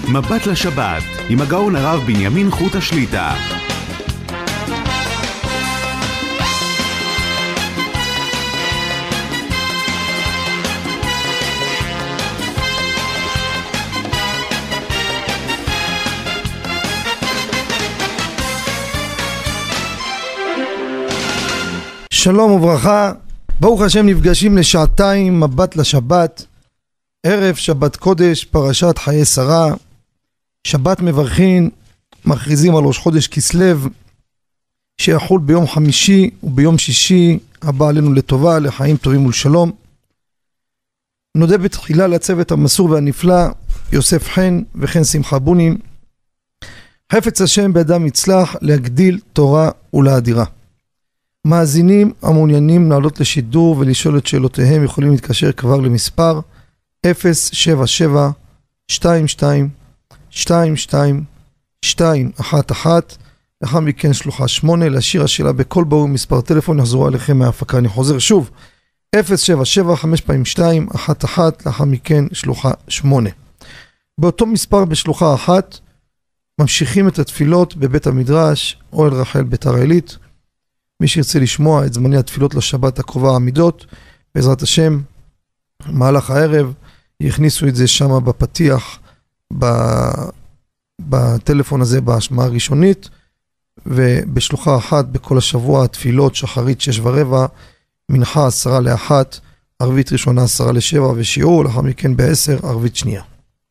מבט לשבת עם הגאון הרב בנימין חוט השליטה. שלום וברכה, ברוך השם, נפגשים לשעתיים מבט לשבת, ערב שבת קודש, פרשת חיי שרה, שבת מברכין, מכריזים על ראש חודש כסלו, שיחול ביום חמישי וביום שישי הבא עלינו לטובה, לחיים טובים ולשלום. נודה בתחילה לצוות המסור והנפלא, יוסף חן וכן שמחה בונים, חפץ השם בידם יצלח להגדיל תורה ולאדירה. מאזינים המעוניינים לעלות לשידור ולשאול את שאלותיהם יכולים להתקשר כבר למספר 077-22-22-211, לאחר מכן שלוחה 8, להשאיר השאלה בכל ברור מספר טלפון, יחזרו עליכם מההפקה. אני חוזר שוב, 077-5x2-11, לאחר מכן שלוחה 8. באותו מספר בשלוחה 1 ממשיכים את התפילות בבית המדרש אוהל רחל ביתר עילית. מי שירצה לשמוע את זמני התפילות לשבת הקרובה העמידות, בעזרת השם, מהלך הערב, יכניסו את זה שם בפתיח, בטלפון הזה בהשמעה הראשונית, ובשלוחה 1 בכל השבוע, תפילות שחרית 6:15, מנחה 10:50, ערבית ראשונה 10:07, ושיעור, לאחר מכן ב-10, ערבית שנייה.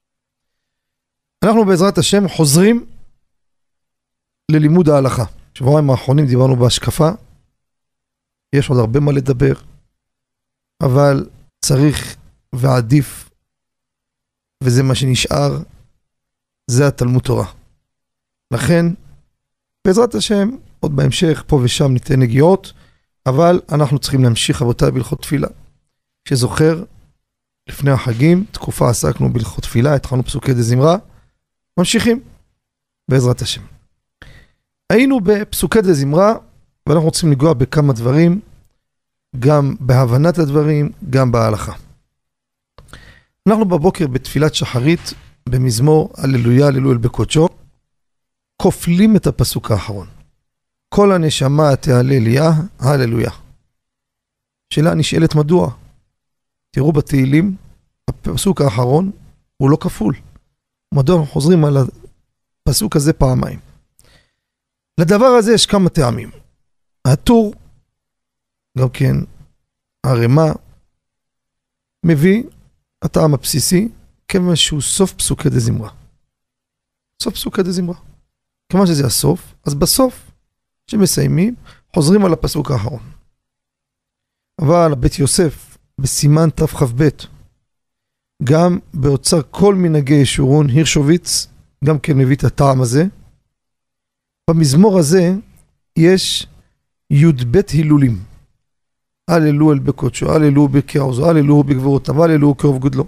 אנחנו בעזרת השם חוזרים ללימוד ההלכה. שבועיים האחרונים דיברנו בהשקפה, יש עוד הרבה מה לדבר, אבל צריך ועדיף, וזה מה שנשאר, זה התלמוד תורה. לכן, בעזרת השם, עוד בהמשך, פה ושם ניתן נגיעות, אבל אנחנו צריכים להמשיך רבותיי בהלכות תפילה. שזוכר, לפני החגים, תקופה עסקנו בהלכות תפילה, התחלנו פסוקי דזמרה, ממשיכים, בעזרת השם. היינו בפסוקי דזמרה, ואנחנו רוצים לגוע בכמה דברים, גם בהבנת הדברים, גם בהלכה. אנחנו בבוקר בתפילת שחרית, במזמור הללויה, הללו בקודשו, כופלים את הפסוק האחרון. כל הנשמה תהלליה, הללויה. שאלה נשאלת מדוע? תראו בתהילים, הפסוק האחרון הוא לא כפול. מדוע אנחנו חוזרים על הפסוק הזה פעמיים? לדבר הזה יש כמה טעמים. הטור, גם כן הרמה, מביא הטעם הבסיסי, כיוון שהוא סוף פסוקי דזמרה. סוף פסוקי דזמרה. כיוון שזה הסוף, אז בסוף שמסיימים, חוזרים על הפסוק האחרון. אבל בית יוסף, בסימן תכ"ב, גם באוצר כל מנהגי ישורון, הירשוביץ, גם כן מביא את הטעם הזה. במזמור הזה יש י"ב הילולים. הללו אל בקודשו, הללו בקעוזו, הללו בגבורותיו, הללו קרוב גודלו.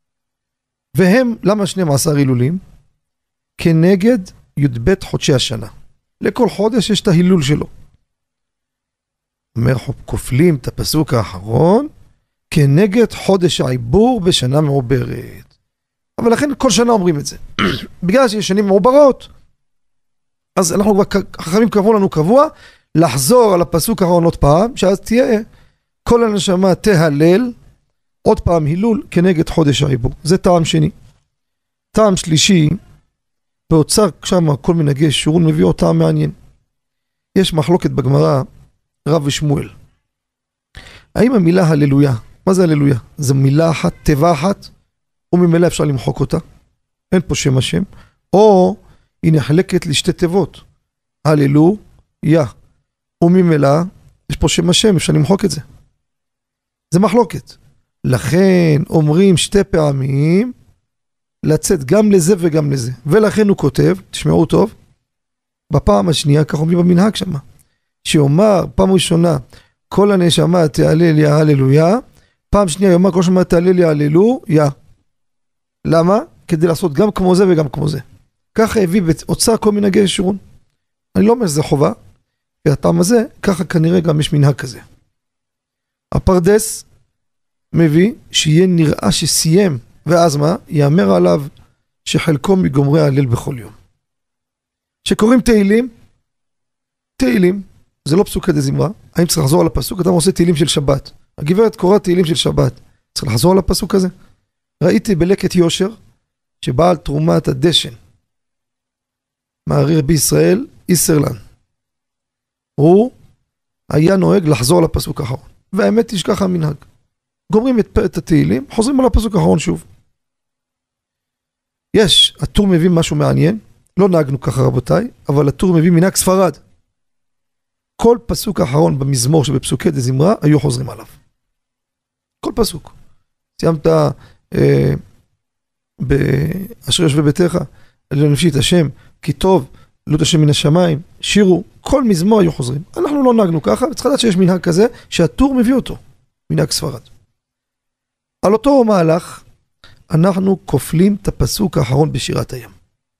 והם, למה 12 הילולים? כנגד י"ב חודשי השנה. לכל חודש יש את ההילול שלו. אומר, כופלים את הפסוק האחרון, כנגד חודש העיבור בשנה מעוברת. אבל לכן כל שנה אומרים את זה. בגלל שיש שנים מעוברות, אז אנחנו כבר, החכמים קבעו לנו קבוע, לחזור על הפסוק האחרון עוד פעם, שאז תהיה כל הנשמה תהלל, עוד פעם הילול כנגד חודש העיבור. זה טעם שני. טעם שלישי, באוצר שם כל מנהגי שורון מביא אותם מעניין. יש מחלוקת בגמרא, רב ושמואל. האם המילה הללויה, מה זה הללויה? זו מילה אחת, תיבה אחת, וממילא אפשר למחוק אותה. אין פה שם השם. או היא נחלקת לשתי תיבות. הללויה. וממילא יש פה שם השם, אפשר למחוק את זה. זה מחלוקת. לכן אומרים שתי פעמים, לצאת גם לזה וגם לזה. ולכן הוא כותב, תשמעו טוב, בפעם השנייה, כך אומרים במנהג שם, שאומר פעם ראשונה, כל הנשמה תהלל יה הללויה, פעם שנייה יאמר כל נשמה תהלל יה הללויה. למה? כדי לעשות גם כמו זה וגם כמו זה. ככה הביא באוצר כל מנהגי ישורון. אני לא אומר שזה חובה, והטעם הזה, ככה כנראה גם יש מנהג כזה. הפרדס מביא שיהיה נראה שסיים, ואז מה? יאמר עליו שחלקו מגומרי ההלל בכל יום. שקוראים תהילים, זה לא פסוקי דזמרה, האם צריך לחזור על הפסוק? אתה עושה תהילים של שבת. הגברת קוראת תהילים של שבת, צריך לחזור על הפסוק הזה? ראיתי בלקט יושר, שבעל תרומת הדשן, מעריר בישראל, איסרלן. הוא היה נוהג לחזור על הפסוק האחרון. והאמת היא שככה המנהג. גומרים את התהילים, חוזרים על הפסוק האחרון שוב. הטור מביא משהו מעניין, לא נהגנו ככה רבותיי, אבל הטור מביא מנהג ספרד. כל פסוק האחרון במזמור שבפסוקי דזמרה, היו חוזרים עליו. כל פסוק. סיימת באשר יושבי ביתך, עליון נפשי את השם, כי טוב, עלות השם מן השמיים, שירו, כל מזמור היו חוזרים. אנחנו לא נהגנו ככה, וצריך לדעת שיש מנהג כזה, שהטור מביא אותו, מנהג ספרד. על אותו מהלך, אנחנו כופלים את הפסוק האחרון בשירת הים.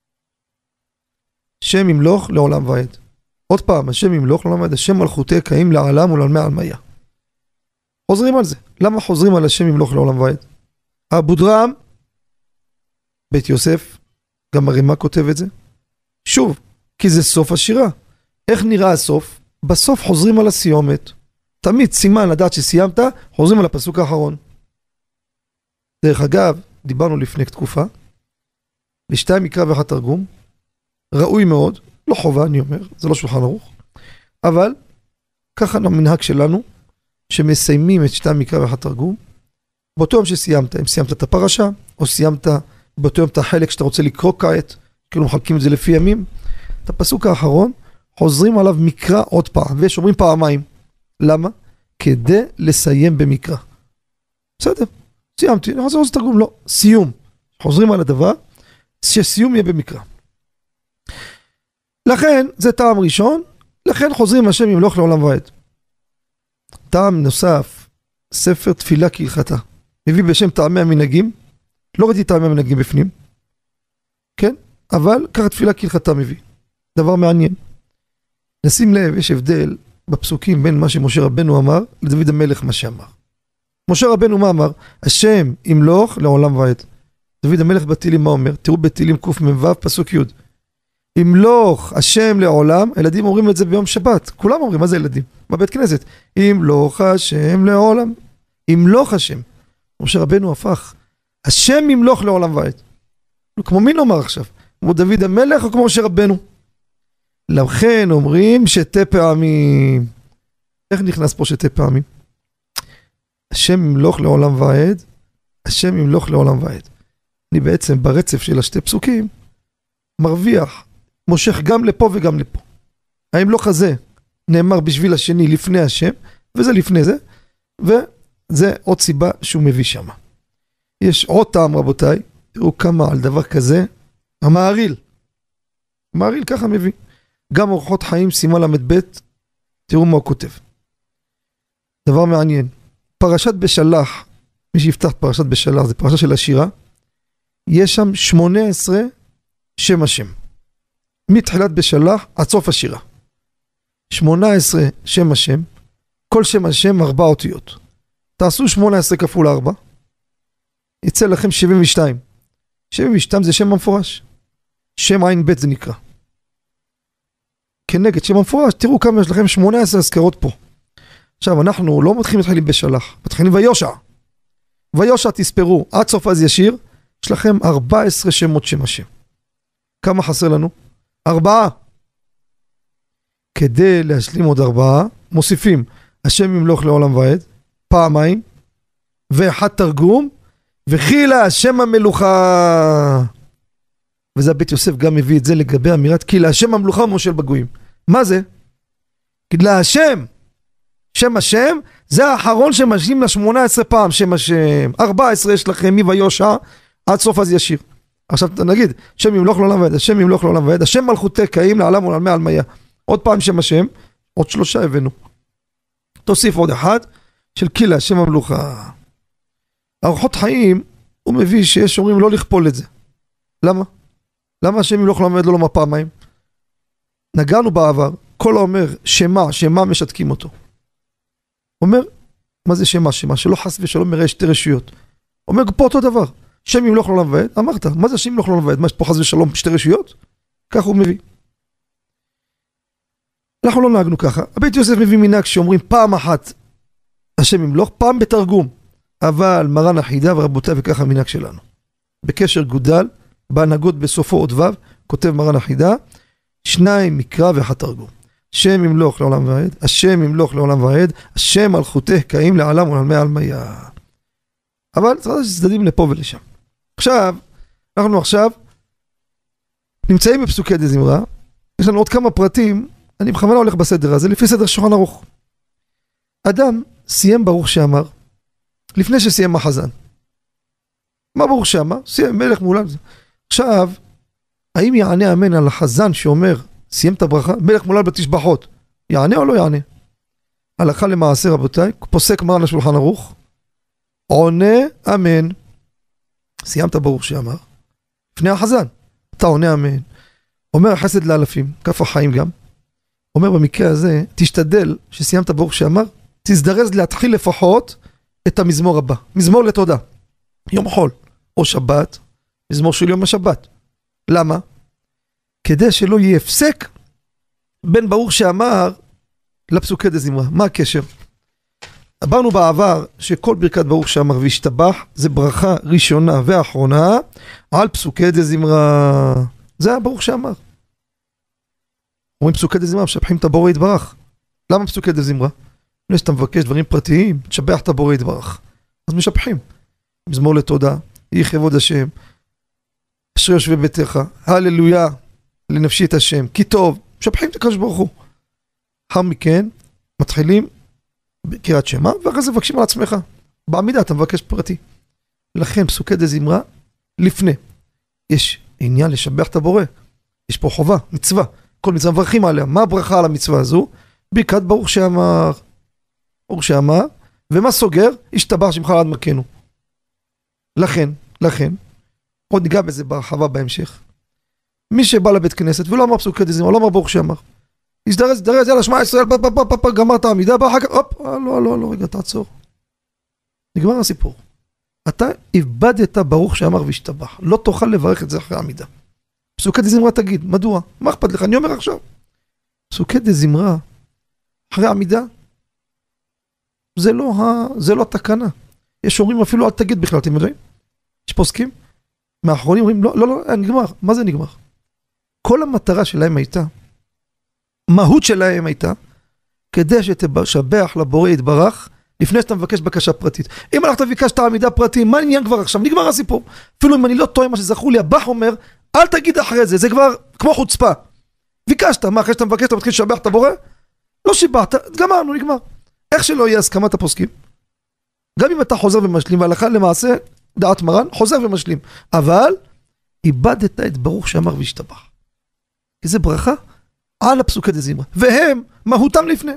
שם ימלוך לעולם ועד. עוד פעם, השם ימלוך לעולם ועד, השם מלכותי קיים לעלם ולעלמי עלמיה. חוזרים על זה. למה חוזרים על השם ימלוך לעולם ועד? אבודרהם, בית יוסף, גם הרמ"א כותב את זה. שוב, כי זה סוף השירה. איך נראה הסוף? בסוף חוזרים על הסיומת. תמיד סימן לדעת שסיימת, חוזרים על הפסוק האחרון. דרך אגב, דיברנו לפני תקופה, בשתיים מקרא ואחד תרגום, ראוי מאוד, לא חובה אני אומר, זה לא שולחן ערוך, אבל ככה המנהג שלנו, שמסיימים את שתיים מקרא ואחד תרגום, באותו יום שסיימת, אם סיימת את הפרשה, או סיימת באותו יום את החלק שאתה רוצה לקרוא כעת, כאילו מחלקים את זה לפי ימים, את הפסוק האחרון, חוזרים עליו מקרא עוד פעם, ויש אומרים פעמיים. למה? כדי לסיים במקרא. בסדר, סיימתי, אני חוזר עוד תרגום, לא, סיום. חוזרים על הדבר, שסיום יהיה במקרא. לכן, זה טעם ראשון, לכן חוזרים השם ימלוך לעולם ועד. טעם נוסף, ספר תפילה כהלכתה. מביא בשם טעמי המנהגים, לא ראיתי טעמי המנהגים בפנים, כן? אבל ככה תפילה כהלכתה מביא. דבר מעניין. נשים לב, יש הבדל בפסוקים בין מה שמשה רבנו אמר לדוד המלך מה שאמר. משה רבנו מה אמר? השם ימלוך לעולם ועד. דוד המלך בתהילים מה אומר? תראו בתהילים קמ"ו פסוק י'. ימלוך השם לעולם, הילדים אומרים את זה ביום שבת, כולם אומרים, מה זה ילדים? בבית כנסת, ימלוך השם לעולם, ימלוך השם. משה רבנו הפך, השם ימלוך לעולם ועד. כמו מי נאמר עכשיו? כמו דוד המלך או כמו משה רבנו? לכן אומרים שתי פעמים. איך נכנס פה שתי פעמים? השם ימלוך לעולם ועד, השם ימלוך לעולם ועד. אני בעצם ברצף של השתי פסוקים, מרוויח, מושך גם לפה וגם לפה. הימלוך הזה נאמר בשביל השני לפני השם, וזה לפני זה, וזה עוד סיבה שהוא מביא שם. יש עוד טעם רבותיי, תראו כמה על דבר כזה, המעריל ככה מביא. גם אורחות חיים סימן ל"ב, תראו מה הוא כותב. דבר מעניין, פרשת בשלח, מי שיפתח פרשת בשלח, זה פרשה של השירה, יש שם 18 שם השם. מתחילת בשלח עד סוף השירה. 18 שם השם, כל שם השם 4 אותיות. תעשו 18 כפול 4, יצא לכם 72. 72 זה שם המפורש. שם עין בית זה נקרא. כנגד שם המפורש, תראו כמה יש לכם 18 הזכרות פה. עכשיו אנחנו לא מתחילים בשלח, מתחילים ויושע. ויושע תספרו, עד סוף אז ישיר, יש לכם 14 שמות שם השם. כמה חסר לנו? 4. כדי להשלים עוד 4, מוסיפים, השם ימלוך לעולם ועד, פעמיים, ואחד תרגום, וחילה השם המלוכה. וזה בית יוסף גם מביא את זה לגבי אמירת, כי להשם המלוכה מושל בגויים. מה זה? כי להשם, שם השם, זה האחרון שמשלים ל18 פעם, שם השם. 14 יש לכם מי ויושע, עד סוף אז ישיר. עכשיו נגיד, שם ימלוך לעולם ועד, השם ימלוך לעולם ועד, השם מלכותי קיים לעלם ולעלמי עלמיה. עוד פעם שם השם, עוד 3 הבאנו. תוסיף עוד אחד, של קילה, השם המלוכה. אורחות חיים, הוא מביא שיש אומרים לא לכפול את זה. למה? למה השם ימלוך לעולם ועד לא לומר פעמיים? נגענו בעבר, כל האומר שמה משתקים אותו. אומר, מה זה שמה? שלא חס ושלום מראה שתי רשויות. אומר פה אותו דבר. שם ימלוך לעולם ועד, אמרת, מה זה השם ימלוך לעולם ועד? מה, יש פה חס ושלום שתי רשויות? כך הוא מביא. אנחנו לא נהגנו ככה. הבית יוסף מביא מנהג שאומרים פעם אחת השם ימלוך, פעם בתרגום. אבל מרן החידה ורבותיי וככה המנהג שלנו. בקשר גודל, בהנהגות בסופו עוד ו', כותב מרן החידה, 2 מקרא ואחד תרגום. השם ימלוך לעולם ועד, השם ימלוך לעולם ועד, השם מלכותך קיים לעלם ולעלמי עלמיה. אבל צריך שצדדים לפה ולשם. אנחנו עכשיו נמצאים בפסוקי דזמרה, יש לנו עוד כמה פרטים, אני בכוונה הולך בסדר הזה, לפי סדר שולחן ערוך. אדם סיים ברוך שאמר, לפני שסיים החזן. מה ברוך שאמר? סיים מלך מעולם. עכשיו, האם יענה אמן על החזן שאומר, סיים את הברכה, מלך מולל בתשבחות, יענה או לא יענה? הלכה למעשה רבותיי, פוסק מרן השולחן ערוך, עונה אמן. סיימת ברוך שאמר, לפני החזן, אתה עונה אמן. אומר החסד לאלפים, כף החיים גם, אומר במקרה הזה, תשתדל שסיימת ברוך שאמר, תזדרז להתחיל לפחות את המזמור הבא, מזמור לתודה, יום חול או שבת, מזמור של יום השבת. למה? כדי שלא יהיה הפסק בין ברוך שאמר לפסוקי דזמרה. מה הקשר? אמרנו בעבר שכל ברכת ברוך שאמר והשתבח זה ברכה ראשונה ואחרונה על פסוקי דזמרה. זה הברוך שאמר. אומרים פסוקי דזמרה, משבחים את הבורא יתברך. למה פסוקי דזמרה? לפני שאתה מבקש דברים פרטיים, תשבח את הבורא יתברך. אז משבחים. מזמור לתודה, יהי כבוד השם, אשרי יושבי ביתך, הללויה לנפשי את השם, כי טוב, משבחים את הקדוש ברוך הוא. אחר מכן מתחילים בקריאת שמע, ואחרי זה מבקשים על עצמך. בעמידה אתה מבקש פרטי. לכן פסוקי דזמרה, לפני. יש עניין לשבח את הבורא. יש פה חובה, מצווה. כל מצווה מברכים עליה. מה הברכה על המצווה הזו? ברכת ברוך שאמר. ברוך שאמר. ומה סוגר? השתבח שמך לעד מכנו. לכן, עוד ניגע בזה בהרחבה בהמשך. מי שבא לבית כנסת ולא אמר פסוקי דזמרה, לא אמר ברוך שאמר. הזדרז, יאללה, שמע ישראל, גמר את העמידה, בא אחר כך, הופ, לא, רגע, תעצור. נגמר הסיפור. אתה איבדת ברוך שאמר והשתבח. לא תוכל לברך את זה אחרי העמידה. פסוקי דזמרה תגיד, מדוע? מה אכפת לך? אני אומר עכשיו. פסוקי דזמרה, אחרי העמידה, זה לא תקנה. יש אומרים אפילו אל תגיד בכלל, אתם יודעים? יש פוסקים? מאחרונים אומרים, לא, נגמר. מה זה נגמר? כל המטרה שלהם הייתה, מהות שלהם הייתה, כדי שתשבח לבורא יתברך, לפני שאתה מבקש בקשה פרטית. אם הלכת וביקשת עמידה פרטית, מה העניין כבר עכשיו? נגמר הסיפור. אפילו אם אני לא טועה מה שזכו לי, הבח אומר, אל תגיד אחרי זה, זה כבר כמו חוצפה. ביקשת, מה אחרי שאתה מבקש, אתה מתחיל לשבח את הבורא? לא שיבחת, גמרנו, נגמר. איך שלא יהיה הסכמת הפוסקים. גם אם אתה חוזר ומשלים, והלכה למעשה, דעת מרן, חוזר ומשלים. אבל, איבדת את ברוך שאמר והשתבח. כי זה ברכה על הפסוקי דזמרה. והם, מהותם לפני.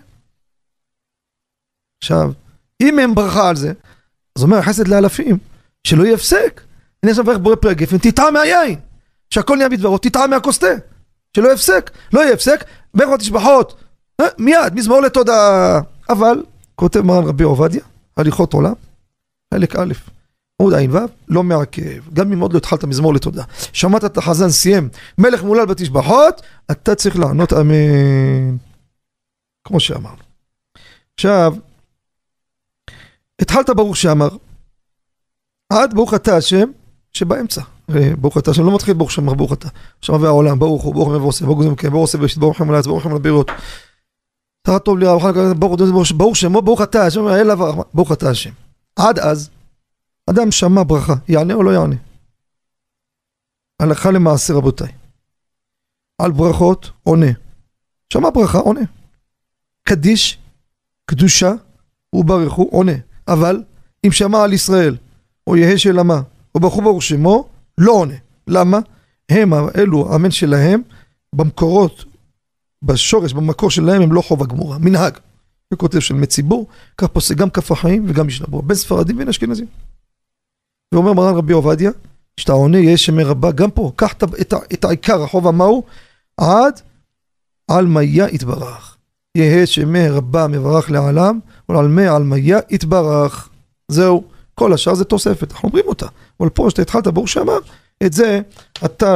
עכשיו, אם הם ברכה על זה, אז אומר החסד לאלפים, שלא יהיה הפסק. אני עכשיו מברך בורא פרי הגפן, תטעה מהיין. שהכל נהיה בדברו, תטעה מהכוס תה. שלא יהיה הפסק. לא יהיה הפסק, ברכות תשבחות. מיד, מזמור לתודה. אבל, כותב מרן רבי עובדיה, הליכות עולם, חלק א', עמוד עין ו', לא מעכב. גם אם עוד לא התחלת מזמור לתודה. שמעת את החזן סיים, מלך מולל בתשבחות, אתה צריך לענות אמן. כמו שאמרנו. עכשיו, התחלת ברוך שאמר, עד ברוך אתה השם שבאמצע. ברוך אתה השם, לא מתחיל ברוך שאמר, ברוך אתה. שמע והעולם, ברוך הוא, ברוך הוא ועושה, ברוך הוא ברוך עושה בראשית, ברוך הוא מלאץ, ברוך הוא מלבירות. תראה טוב לי, ברוך שמו, ברוך אתה השם, ברוך אתה השם. עד אז, אדם שמע ברכה, יענה או לא יענה? הלכה למעשה רבותיי. על ברכות, עונה. שמע ברכה, עונה. קדיש, קדושה, וברכו, עונה. אבל, אם שמע על ישראל, או יהא שלמה, או ברכו ברוך שמו, לא עונה. למה? הם, אלו, האמן שלהם, במקורות, בשורש, במקור שלהם, הם לא חובה גמורה. מנהג. זה כותב של מציבור, כך פוסק גם כף החיים וגם משנה ברורה. בין ספרדים ובין אשכנזים. ואומר מרן רבי עובדיה, שאתה עונה יהיה שמי רבה, גם פה, קח את העיקר, החובה מהו, עד על מיה יתברך. יהיה שמי רבה מברך לעולם, ולעלמי על מיה יתברך. זהו, כל השאר זה תוספת, אנחנו אומרים אותה. אבל פה שאתה התחלת ברוך שאמר, את זה אתה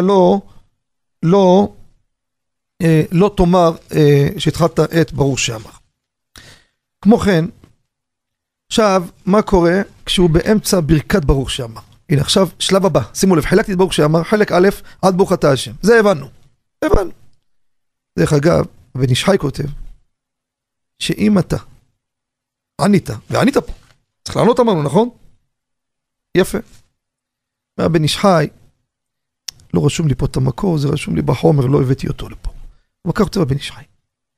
לא תאמר שהתחלת את ברוך שאמר. כמו כן, עכשיו, מה קורה כשהוא באמצע ברכת ברוך שאמר? הנה, עכשיו, שלב הבא, שימו לב, חילקתי את ברוך שאמר, חלק א', עד ברוך אתה השם. זה הבנו. דרך אגב, בן איש חי כותב, שאם אתה וענית פה, צריך לענות אמרנו, נכון? יפה. בן איש חי, לא רשום לי פה את המקור, זה רשום לי בחומר, לא הבאתי אותו לפה. אבל כך כותב בן איש חי.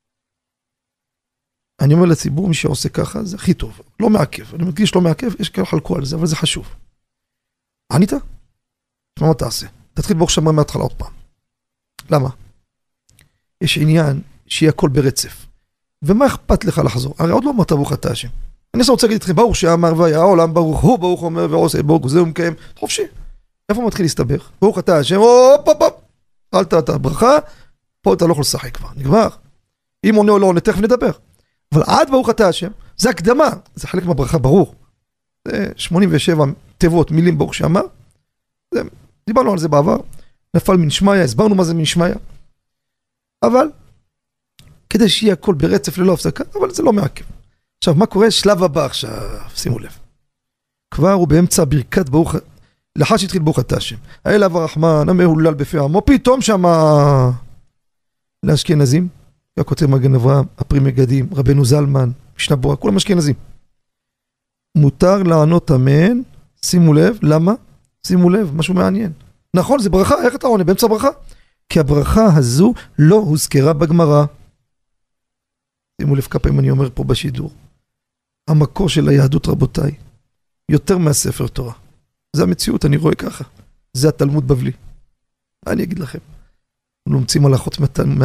אני אומר לציבור, מי שעושה ככה, זה הכי טוב. לא מעכב. אני מדגיש לא מעכב, יש כאלה חלקו על זה, אבל זה חשוב. ענית? מה תעשה? תתחיל ברוך שאמר מההתחלה עוד פעם. למה? יש עניין שיהיה הכל ברצף. ומה אכפת לך לחזור? הרי עוד לא אמרת ברוך אתה השם. אני רוצה להגיד אתכם, ברוך שאמר והיה העולם ברוך, הוא ברוך אומר ועושה ברוך, זהו מקיים. חופשי. איפה מתחיל להסתבך? ברוך אתה השם, אל את הברכה, פה אתה לא יכול לשחק כבר, נגמר. אם עונה או לא עונה, תכף נדבר. אבל עד ברוך אתה השם, זה הקדמה, זה חלק מהברכה ברור. זה 87 תיבות, מילים ברוך שאמר. דיברנו על זה בעבר, נפל מן שמיה, הסברנו מה זה מן שמיה. אבל, כדי שיהיה הכל ברצף ללא הפסקה, אבל זה לא מעכב. עכשיו, מה קורה? שלב הבא עכשיו, שימו לב. כבר הוא באמצע ברכת ברוך, לאחר שהתחיל ברוך אתה השם. האל אב הרחמן, המהולל בפי עמו, פתאום שמה לאשכנזים, הכותב מגן אברהם, הפרי מגדים, רבנו זלמן, משנה ברורה, כולם אשכנזים. מותר לענות אמן, שימו לב, למה? שימו לב, משהו מעניין. נכון, זה ברכה, איך אתה עונה? באמצע ברכה? כי הברכה הזו לא הוזכרה בגמרא. שימו לב כמה פעמים אני אומר פה בשידור. המקור של היהדות רבותיי, יותר מהספר תורה. זה המציאות, אני רואה ככה. זה התלמוד בבלי. מה אני אגיד לכם? לומצים הלכות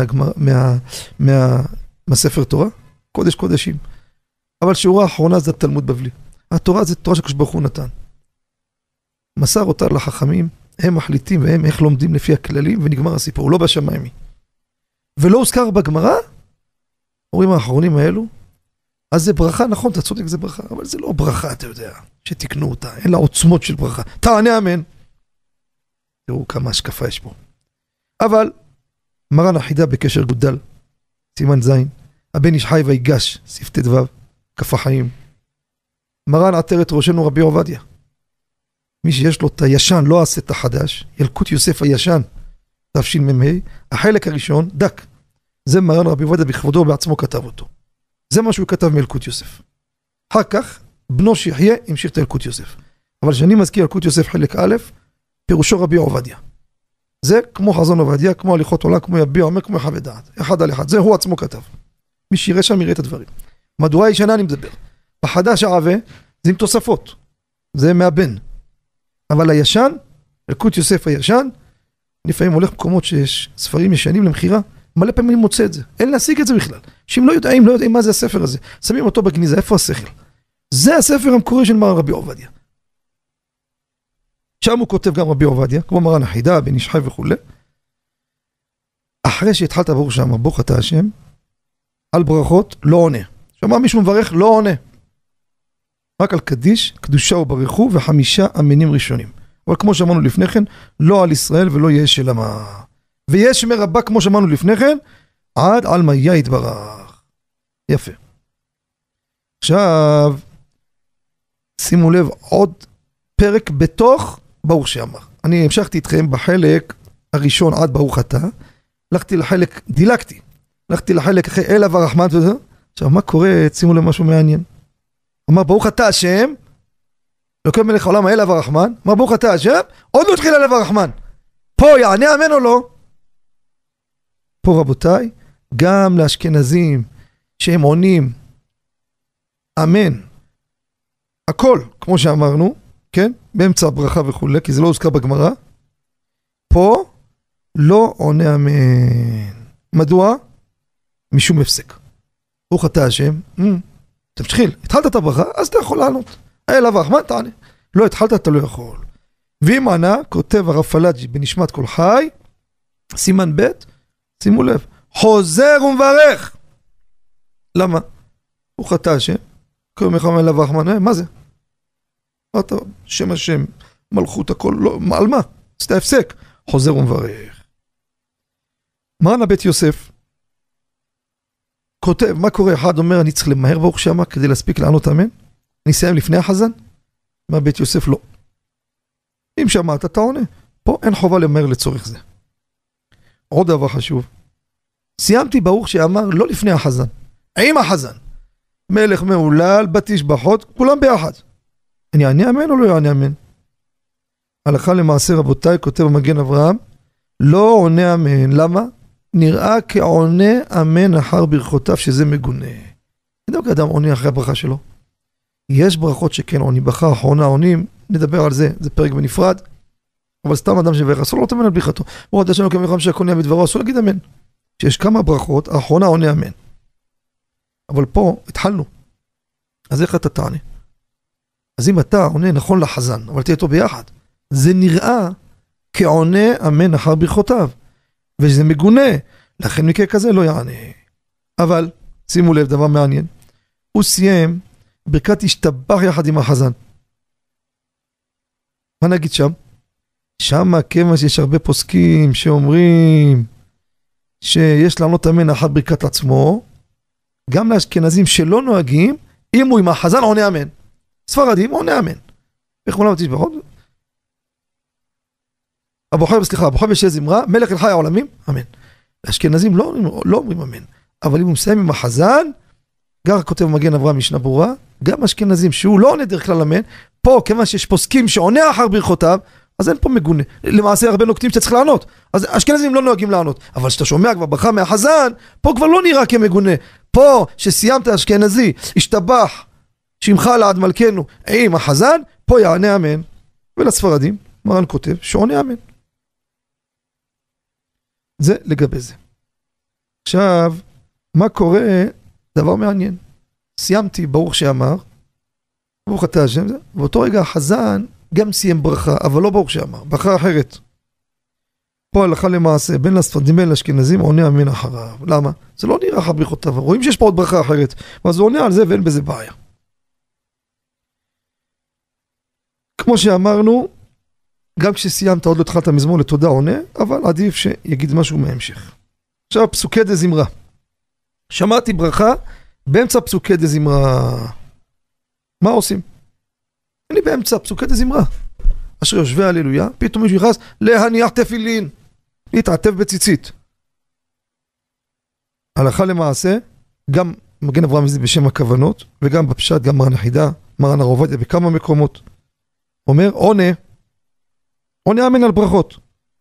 מהספר תורה, קודש קודשים. אבל שיעורה האחרונה זה התלמוד בבלי. התורה זה תורה שקדוש ברוך הוא נתן. מסר אותה לחכמים, הם מחליטים והם איך לומדים לפי הכללים, ונגמר הסיפור, לא בשמיים. ולא הוזכר בגמרא, אומרים האחרונים האלו, אז זה ברכה, נכון, אתה צודק, זה ברכה, אבל זה לא ברכה, אתה יודע, שתקנו אותה, אין לה עוצמות של ברכה. תענה אמן. תראו כמה השקפה יש פה. אבל, מרן החידה בקשר גודל, סימן זין, הבן איש חי ויגש, שפתי דבב, כף החיים. מרן עטר את ראשנו רבי עובדיה. מי שיש לו את הישן, לא עשה את החדש, ילקוט יוסף הישן, תשמ"ה, החלק הראשון, דק. זה מרן רבי עובדיה בכבודו בעצמו כתב אותו. זה מה שהוא כתב מילקוט יוסף. אחר כך, בנו שיחיה המשיך את ילקוט יוסף. אבל כשאני מזכיר ילקוט יוסף חלק א', פירושו רבי עובדיה. זה כמו חזון עובדיה, כמו הליכות עולה, כמו יביע אומר, כמו חווה דעת. אחד על אחד, זה הוא עצמו כתב. מי שיראה שם יראה את הדברים. מדוע הישנה אני מדבר? בחדש העבה, זה עם תוספות. זה מהבן. אבל הישן, ילקוט יוסף הישן, לפעמים הולך מקומות שיש ספרים ישנים למחירה, מלא פעמים אני מוצא את זה. אין להשיג את זה בכלל. שאם לא יודעים מה זה הספר הזה, שמים אותו בגניזה, איפה השכל? זה הספר המקורי של מרן רבי עובדיה. שם הוא כותב גם רבי עובדיה, כמו מרן החידה, בן איש חי וכו'. אחרי שהתחלת ברוך שאמר, ברוך אתה השם, על ברכות לא עונה. שאמר מישהו מברך, לא עונה. רק על קדיש, קדושה וברכו, וחמישה אמינים ראשונים. אבל כמו שאמרנו לפני כן, לא על ישראל ולא יש אלא מה. ויש מרבה כמו שאמרנו לפני כן, עד על מה יתברך. יפה. עכשיו, שימו לב, עוד פרק בתוך ברוך שאמר. אני המשכתי איתכם בחלק הראשון עד ברוך אתה, הלכתי לחלק אחרי אל אב הרחמן וזה. עכשיו, מה קורה? שימו לב משהו מעניין. אמר ברוך אתה השם, לוקם מלך העולם האל אב הרחמן, אמר ברוך אתה השם, עוד לא התחיל אל אב הרחמן. פה יענה אמן או לא? פה רבותיי, גם לאשכנזים שהם עונים אמן, הכל, כמו שאמרנו, כן? באמצע הברכה וכו', כי זה לא הוזכר בגמרא. פה לא עונה אמן. מדוע? משום הפסק. ברוך אתה השם, תמשיך, התחלת את הברכה, אז אתה יכול לענות. אל אב הרחמן תענה. לא התחלת, אתה לא יכול. ואם ענה, כותב הרב פלאג'י בנשמת כל חי, סימן ב', שימו לב, חוזר ומברך. למה? ברוך אתה השם, קוראים לך אל אב הרחמן, מה זה? אמרת, שם השם, מלכות הכל, לא, על מה? עשתה הפסק, חוזר ומברך. מרן הבית יוסף, כותב, מה קורה? אחד אומר, אני צריך למהר ברוך שמה כדי להספיק לענות אמן? אני אסיים לפני החזן? מה בית יוסף לא. אם שמעת, אתה עונה. פה אין חובה למהר לצורך זה. עוד דבר חשוב. סיימתי ברוך שאמר, לא לפני החזן. עם החזן. מלך מעולל, בתיש בחוד, כולם ביחד. אני אענה אמן או לא יענה אמן? הלכה למעשה רבותיי, כותב המגן אברהם, לא עונה אמן. למה? נראה כעונה אמן אחר ברכותיו, שזה מגונה. בדיוק אדם עונה אחרי הברכה שלו. יש ברכות שכן עונים, ברכה האחרונה עונים, נדבר על זה, זה פרק בנפרד, אבל סתם אדם שברך, אסור לו תאמן על ברכתו. ברוך השם אלוקים מלך שהקונה בדברו, אסור להגיד אמן. שיש כמה ברכות, האחרונה עונה אמן. אבל פה התחלנו. אז איך אתה תענה? אז אם אתה עונה נכון לחזן, אבל תהיה איתו ביחד, זה נראה כעונה אמן אחר ברכותיו. וזה מגונה, לכן מקרה כזה לא יענה. אבל, שימו לב, דבר מעניין. הוא סיים ברכת השתבח יחד עם החזן. מה נגיד שם? שם כיוון שיש הרבה פוסקים שאומרים שיש לענות אמן אחר ברכת עצמו, גם לאשכנזים שלא נוהגים, אם הוא עם החזן עונה אמן. ספרדים עונה אמן. איך מולה בתיש בחוד? הבוחר בשי זמרה, מלך אל חי העולמים, אמן. לאשכנזים לא אומרים אמן. אבל אם הוא מסיים עם החזן, גר כותב מגן אברהם משנה ברורה, גם אשכנזים שהוא לא עונה דרך כלל אמן, פה כיוון שיש פוסקים שעונה אחר ברכותיו, אז אין פה מגונה. למעשה הרבה נוקטים שאתה צריך לענות. אז אשכנזים לא נוהגים לענות. אבל שאתה שומע כבר ברכה מהחזן, פה כבר לא נראה כמגונה. פה שסיימת אשכנזי, השתבח, שמך לעד מלכנו, עם החזן, פה יענה אמן. ולספרדים, מרן כותב, שעונה אמן. זה לגבי זה. עכשיו, מה קורה? דבר מעניין. סיימתי ברוך שאמר, ברוך אתה השם, ואותו רגע החזן גם סיים ברכה, אבל לא ברוך שאמר, ברכה אחרת. פה הלכה למעשה, בין לספרדים בין לאשכנזים, עונה אמן אחריו. למה? זה לא נראה אחר ברכותיו, רואים שיש פה עוד ברכה אחרת, ואז הוא עונה על זה ואין בזה בעיה. כמו שאמרנו, גם כשסיימת עוד לא התחלת מזמור לתודה עונה, אבל עדיף שיגיד משהו מהמשך. עכשיו פסוקי דזמרה. שמעתי ברכה באמצע פסוקי דזמרה. מה עושים? אני באמצע פסוקי דזמרה. אשר יושבי הללויה, פתאום מישהו יכנס להניח תפילין, להתעטף בציצית. הלכה למעשה, גם מגן אברהם בשם הכוונות, וגם בפשט, גם מרן החידה, מרן הרב עובדיה בכמה מקומות. אומר, עונה אמן על ברכות.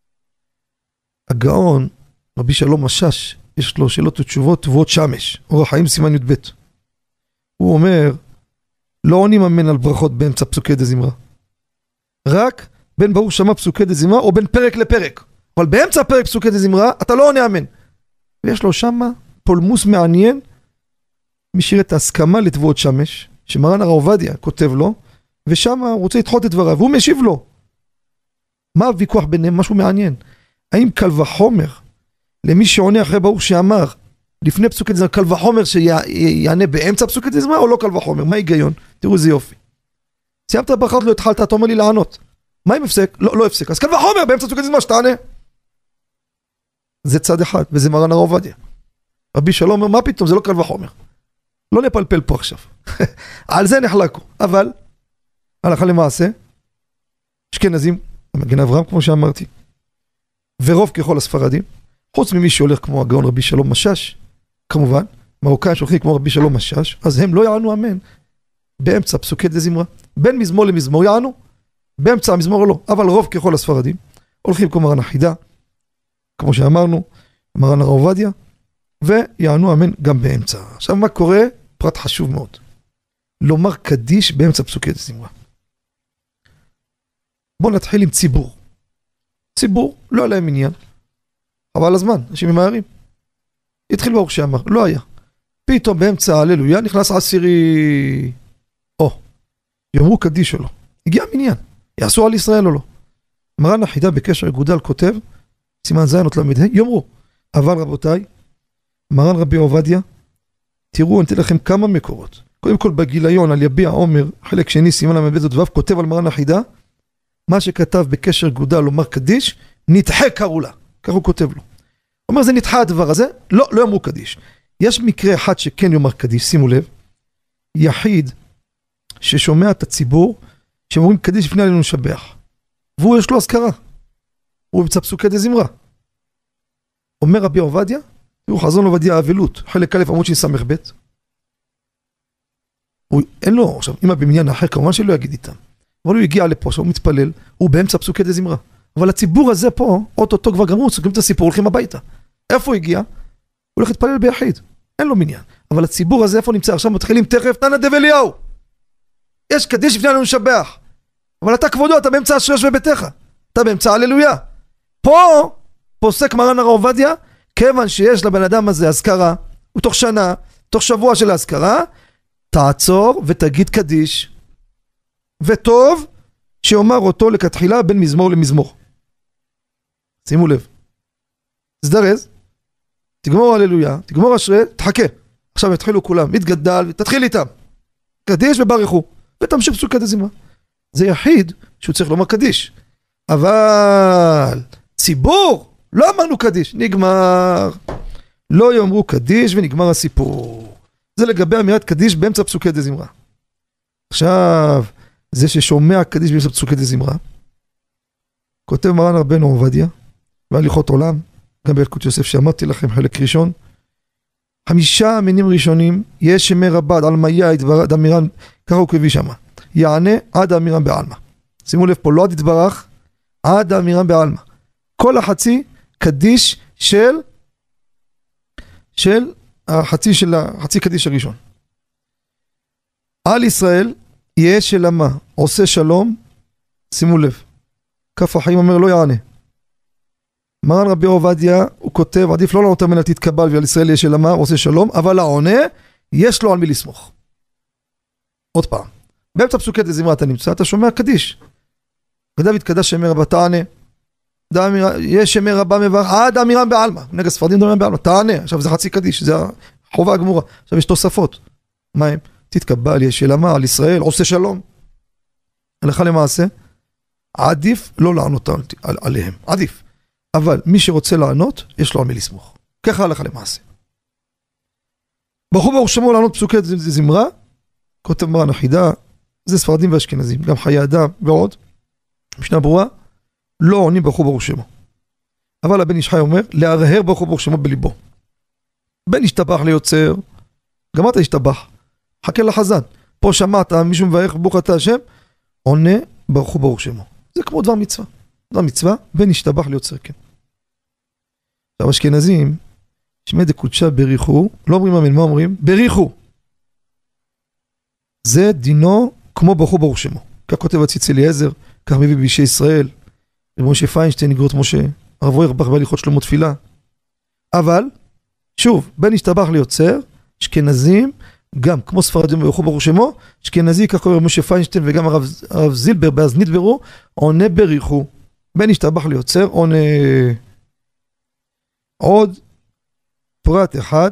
הגאון, רבי שלום משש, יש לו שאלות ותשובות, תבואות שמש, אורח חיים סימן י"ב. הוא אומר, לא עונים אמן על ברכות באמצע פסוקי דזמרה. רק בין ברוך שמה פסוקי דזמרה, או בין פרק לפרק. אבל באמצע פרק פסוקי דזמרה, אתה לא עונה אמן. ויש לו שמה פולמוס מעניין, משאיר את ההסכמה לתבואות שמש, שמרן הרב עובדיה כותב לו, ושם הוא רוצה לדחות את דבריו, והוא משיב לו. מה הוויכוח ביניהם? משהו מעניין. האם קל וחומר, למי שעונה אחרי ברוך שאמר, לפני פסוקי דזמרה, קל וחומר שיענה באמצע פסוקי דזמרה, או לא קל וחומר? מה ההיגיון? תראו איזה יופי. סיימת ברכות, לא התחלת, אתה אומר לי לענות. מה אם הפסק? לא הפסק. אז קל וחומר, באמצע פסוקי דזמרה, שתענה. זה צד אחד, וזה מרן הרב עובדיה. רבי שלום אומר, מה פתאום? זה לא קל וחומר. לא נפלפל פה עכשיו. על זה נחלקו. אבל, הלכה למעשה, אשכנזים, מגן אברהם, כמו שאמרתי, ורוב ככל הספרדים, חוץ ממי שהולך כמו הגאון רבי שלום משש, כמובן, מרוקאים שהולכים כמו רבי שלום משש, אז הם לא יענו אמן באמצע פסוקי דזמרה. בין מזמור למזמור יענו, באמצע המזמור לא, אבל רוב ככל הספרדים, הולכים כמו מרן החידה, כמו שאמרנו, מרן הרב עובדיה, ויענו אמן גם באמצע. עכשיו מה קורה? פרט חשוב מאוד. לומר קדיש באמצע פסוקי דזמרה. בואו נתחיל עם ציבור. ציבור, לא עליהם עניין. אבל הזמן, אנשים ממהרים. התחיל ברוך שאמר, לא היה. פתאום באמצע הללויה נכנס עשירי. יאמרו קדיש או לא. הגיע מניין. יעשו על ישראל או לא. מרן החידה בקשר גודל כותב, סימן זין אות למדה, יאמרו. אבל רבותיי, מרן רבי עובדיה, תראו, אני אתן לכם כמה מקורות. קודם כל בגיליון על יביע עומר, חלק שני, סימן למבית ודבב, כותב על מרן החידה, מה שכתב בקשר גודל לומר קדיש, נדחה קראו לה, כך הוא כותב לו. הוא אומר, זה נדחה הדבר הזה, לא יאמרו קדיש. יש מקרה אחד שכן יאמר קדיש, שימו לב, יחיד ששומע את הציבור, שאומרים קדיש לפני עלינו לשבח, והוא יש לו הזכרה, הוא ימצא פסוקי דזמרה. אומר רבי עובדיה, הוא חזון עובדיה האבלות, חלק א' עמוד שסמך ב', אין לו, עכשיו, אם במניין אחר, כמובן שלא יגיד איתם, אבל הוא הגיע לפה, עכשיו הוא מתפלל, הוא באמצע פסוקי דזמרה, אבל הציבור הזה פה, אוטוטו כבר גמרו, סוגרים את הסיפור, הולכים הביתה. איפה הוא הגיע? הוא הולך להתפלל ביחיד, אין לו מניין. אבל הציבור הזה איפה נמצא? עכשיו מתחילים תכף, תנא דב אליהו. יש קדיש לפני עלינו לשבח. אבל אתה כבודו, אתה באמצע השרש בביתך. אתה באמצע הללויה. פה פוסק מרן הרב עובדיה, כיוון שיש לבן אדם הזה הזכרה, ותוך שנה, תוך שבוע של ההזכרה, תעצור ותגיד קדיש. וטוב שאומר אותו לכתחילה בין מזמור למזמור. שימו לב. תזדרז, תגמור הללויה, תגמור אשרי, תחכה. עכשיו יתחילו כולם, מתגדל, ותתחיל איתם. קדיש וברכו, ותמשיך פסוקי דזמרה. זה יחיד שהוא צריך לומר קדיש. אבל ציבור, לא אמרנו קדיש, נגמר. לא יאמרו קדיש ונגמר הסיפור. זה לגבי אמירת קדיש באמצע פסוקי דזמרה. עכשיו, זה ששומע קדיש באמצע פסוקי דזמרה, כותב מרן רבנו עובדיה, בהליכות עולם, גם בילקוט יוסף שאמרתי לכם חלק ראשון, 5 מינים ראשונים, יש שמי רבד על מיה עד אמירן, ככה הוא כביא שמה, יענה עד אמירן בעלמה. שימו לב פה, לא עד יתברך, עד אמירן בעלמה. כל החצי קדיש החצי קדיש הראשון. על ישראל, יש שלמה, עושה שלום, שימו לב, כף החיים אומר לא יענה. מרן רבי עובדיה, הוא כותב, עדיף לא לענות מן תתקבל ועל ישראל יש שלמה, עושה שלום, אבל העונה, יש לו על מי לסמוך. עוד פעם, באמצע פסוקי דזמרה אתה נמצא, אתה שומע קדיש. ודוד קדש שמי רבה תענה, יש שמי רבה מברך, עד אמירן בעלמה, נגד ספרדים דמירן בעלמה, תענה, עכשיו זה חצי קדיש, זה החובה הגמורה, עכשיו יש תוספות, מה הם? תתקבל, יש שלמה, על ישראל, עושה שלום. הלכה למעשה, עדיף לא לענות עליהם, עדיף. אבל מי שרוצה לענות, יש לו על מי לסמוך. ככה הלכה למעשה. ברוך ברוך שמו לענות פסוקי זמרה, כותב מרן החידה, זה ספרדים ואשכנזים, גם חיי אדם ועוד. משנה ברורה, לא עונים ברוך ברוך שמו. אבל הבן איש חי אומר, להרהר ברוך ברוך שמו בליבו. בן השתבח ליוצר, גם אתה השתבח. חכה לחזן. פה שמעת מישהו מברך ברוך אתה השם, עונה ברוך ברוך שמו. זה כמו דבר מצווה. דבר מצווה, בן השתבח ליוצר, כן. עכשיו אשכנזים, שמי דקודשה בריחו, לא אומרים אמן, מה אומרים? בריחו. זה דינו כמו ברוך ברוך שמו. כך כותב הציץ אליעזר, כך מביא בישי ישראל, ומשה פיינשטיין נגרות משה, הרב רוי רבח בהליכות שלמה תפילה. אבל, שוב, בן השתבח ליוצר, אשכנזים, גם כמו ספרדים ברוך ברוך שמו, אשכנזי, כך אומר משה פיינשטיין וגם הרב זילבר באזנית ברו, עונה בריחו. בן השתבח ליוצר, עונה. עוד פרט אחד,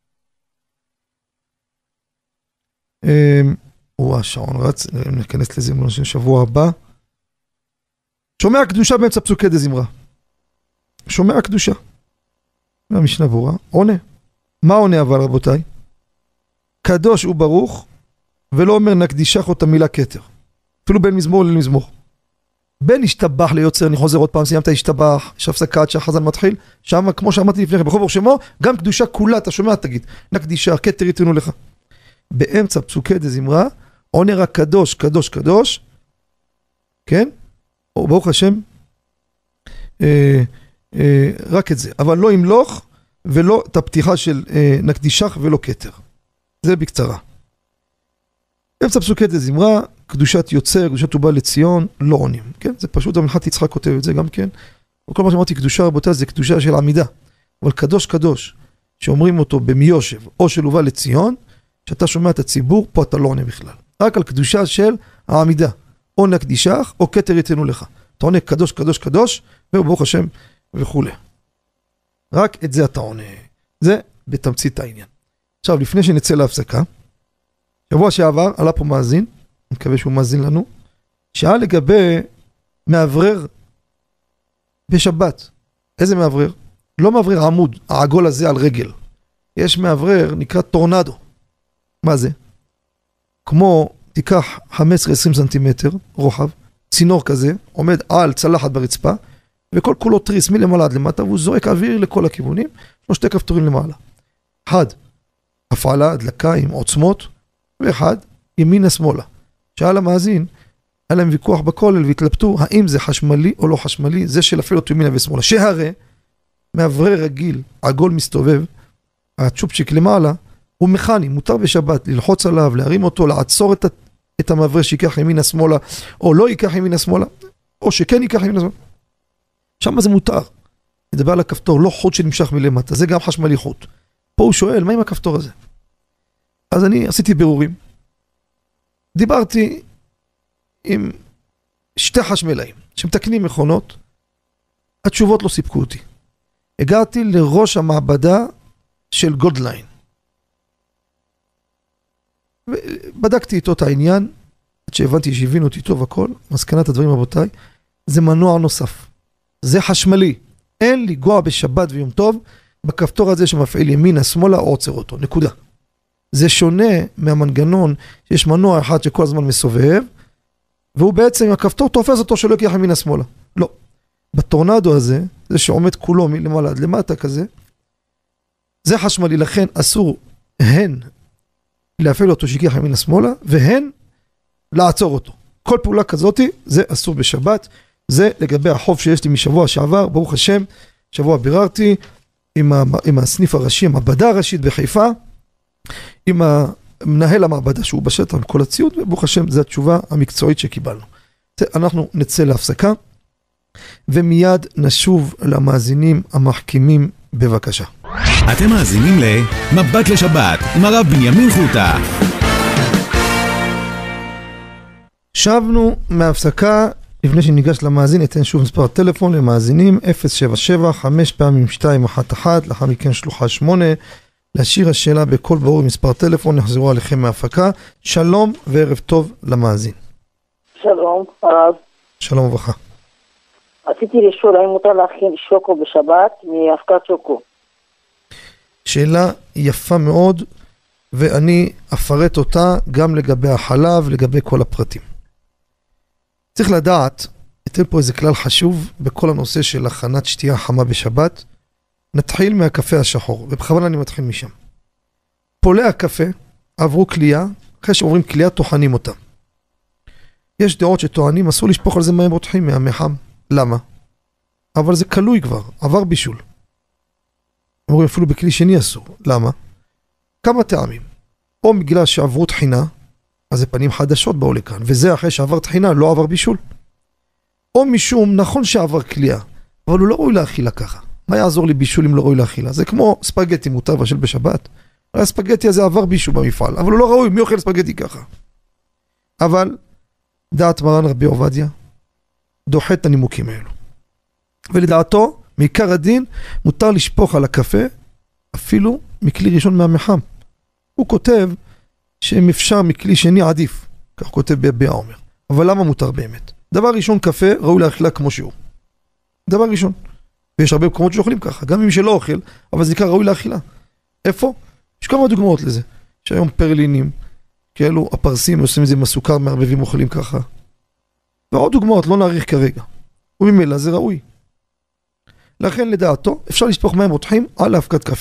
השעון רץ, נכנס לזה שבוע הבא. שומע קדושה באמצע פסוקי דזמרה. שומע קדושה. מהמשנה ברורה, עונה. מה עונה אבל רבותיי? קדוש וברוך, ולא אומר נקדישך אותה מילה כתר. אפילו בין מזמור למזמור. בין השתבח ליוצר, אני חוזר עוד פעם, סיימת השתבח, יש הפסקה עד שהחזן מתחיל, שם, כמו שאמרתי לפני כן, ברוך ברוך שמו, גם קדושה כולה, אתה שומע, תגיד, נקדישה, כתר יתנו לך. באמצע פסוקי דזמרה, עונה רק קדוש, קדוש, קדוש, כן? או ברוך השם, רק את זה, אבל לא ימלוך, ולא את הפתיחה של נקדישך ולא כתר. זה בקצרה. באמצע פסוקי דזמרה, קדושת יוצר, קדושת ובא לציון, לא עונים. כן? זה פשוט, המלכת יצחק כותב את זה גם כן. וכל מה שאמרתי, קדושה רבותיי, זה קדושה של עמידה. אבל קדוש קדוש, שאומרים אותו במיושב, או של ובא לציון, שאתה שומע את הציבור, פה אתה לא עונה בכלל. רק על קדושה של העמידה. או נקדישך, או כתר יתנו לך. אתה עונה קדוש, קדוש, קדוש, וברוך השם וכו'. רק את זה אתה עונה. זה בתמצית העניין. עכשיו, לפני שנצא להפסקה, שבוע שעבר עלה פה מאזין, אני מקווה שהוא מאזין לנו, שאל לגבי מאוורר בשבת. איזה מאוורר? לא מאוורר עמוד, העגול הזה על רגל. יש מאוורר נקרא טורנדו. מה זה? כמו תיקח 15-20 סנטימטר רוחב, צינור כזה, עומד על צלחת ברצפה, וכל כולו תריס מלמעלה עד למטה, והוא זורק אוויר לכל הכיוונים, יש לו שתי כפתורים למעלה. אחד, הפעלה, הדלקה עם עוצמות, ואחד, ימינה שמאלה. שאל המאזין, היה להם ויכוח בכולל והתלבטו, האם זה חשמלי או לא חשמלי, זה שלהפעיל אותו ימינה ושמאלה. שהרי, מאוורר רגיל, עגול מסתובב, הצ'ופצ'יק למעלה, הוא מכני, מותר בשבת ללחוץ עליו, להרים אותו, לעצור את המאוורר שיקח ימינה שמאלה, או לא ייקח ימינה שמאלה, או שכן ייקח ימינה שמאלה. שם זה מותר. נדבר על הכפתור, לא חוט שנמשך מלמטה, זה גם חשמלי חוט. פה הוא שואל, מה עם הכפתור הזה? אז אני עשיתי בירורים. דיברתי עם שתי חשמלאים שמתקנים מכונות, התשובות לא סיפקו אותי. הגעתי לראש המעבדה של גולדליין. בדקתי איתו את העניין, עד שהבנתי שהבינו אותי טוב הכל, מסקנת הדברים רבותיי, זה מנוע נוסף. זה חשמלי. אין לגוע בשבת ויום טוב, בכפתור הזה שמפעיל ימינה, שמאלה, או עוצר אותו. נקודה. זה שונה מהמנגנון, שיש מנוע אחד שכל הזמן מסובב, והוא בעצם, הכפתור תופס אותו שלא יקח ימינה, שמאלה. לא. בטורנדו הזה, זה שעומד כולו מלמעלה עד למטה כזה, זה חשמלי, לכן אסור הן להפעיל אותו שיקח ימינה שמאלה, והן לעצור אותו. כל פעולה כזאת זה אסור בשבת, זה לגבי החוב שיש לי משבוע שעבר, ברוך השם, שבוע ביררתי עם הסניף הראשי, המעבדה הראשית בחיפה, עם מנהל המעבדה שהוא בשטח עם כל הציוד, וברוך השם זו התשובה המקצועית שקיבלנו. אנחנו נצא להפסקה, ומיד נשוב למאזינים המחכימים בבקשה. אתם מאזינים למבט לשבת עם הרב בנימין חוטה. שבנו מהפסקה, לפני שניגש למאזין, אתן שוב מספר טלפון למאזינים, 077 5 פעמים 211, לאחר מכן שלוחה 8, להשאיר השאלה בכל ברור מספר טלפון, נחזרו עליכם מההפקה. שלום וערב טוב למאזין. שלום, הרב. שלום וברכה. רציתי לשאול האם מותר להכין שוקו בשבת מאבקת שוקו. שאלה יפה מאוד, ואני אפרט אותה גם לגבי החלב, לגבי כל הפרטים. צריך לדעת, אתן פה איזה כלל חשוב בכל הנושא של הכנת שתייה חמה בשבת. נתחיל מהקפה השחור, ובכוונה אני מתחיל משם. פולי הקפה עברו קלייה, אחרי שעוברים קלייה טוחנים אותם. יש דעות שטוענים, אסור לשפוך על זה מים רותחים מהמחם. למה? אבל זה קלוי כבר, עבר בישול. אומרים אפילו בכלי שני אסור. למה? כמה טעמים. או בגלל שעברו תחינה, אז זה פנים חדשות באו לכאן, וזה אחרי שעבר תחינה, לא עבר בישול. או משום, נכון שעבר קלייה, אבל הוא לא ראוי להאכילה ככה. מה יעזור לי בישול אם לא ראוי להאכילה? זה כמו ספגטי מותר בשל בשבת. הספגטי הזה עבר בישול במפעל, אבל הוא לא ראוי, מי אוכל ספגטי ככה? אבל דעת מרן רבי עובדיה דוחה את הנימוקים האלו. ולדעתו, מעיקר הדין, מותר לשפוך על הקפה, אפילו מכלי ראשון מהמחם. הוא כותב שאם אפשר מכלי שני עדיף, כך כותב ביביע אומר. אבל למה מותר באמת? דבר ראשון, קפה ראוי להאכילה כמו שהוא. דבר ראשון. ויש הרבה מקומות שאוכלים ככה, גם אם שלא אוכל, אבל זה נקרא ראוי להאכילה. איפה? יש כמה דוגמאות לזה. יש היום פרלינים, כאלו הפרסים עושים את זה עם הסוכר, מערבבים אוכלים ככה. ועוד דוגמאות, לא נאריך כרגע. וממילא זה ראוי. לכן לדעתו אפשר לשפוך מים רותחים על האבקת קפה.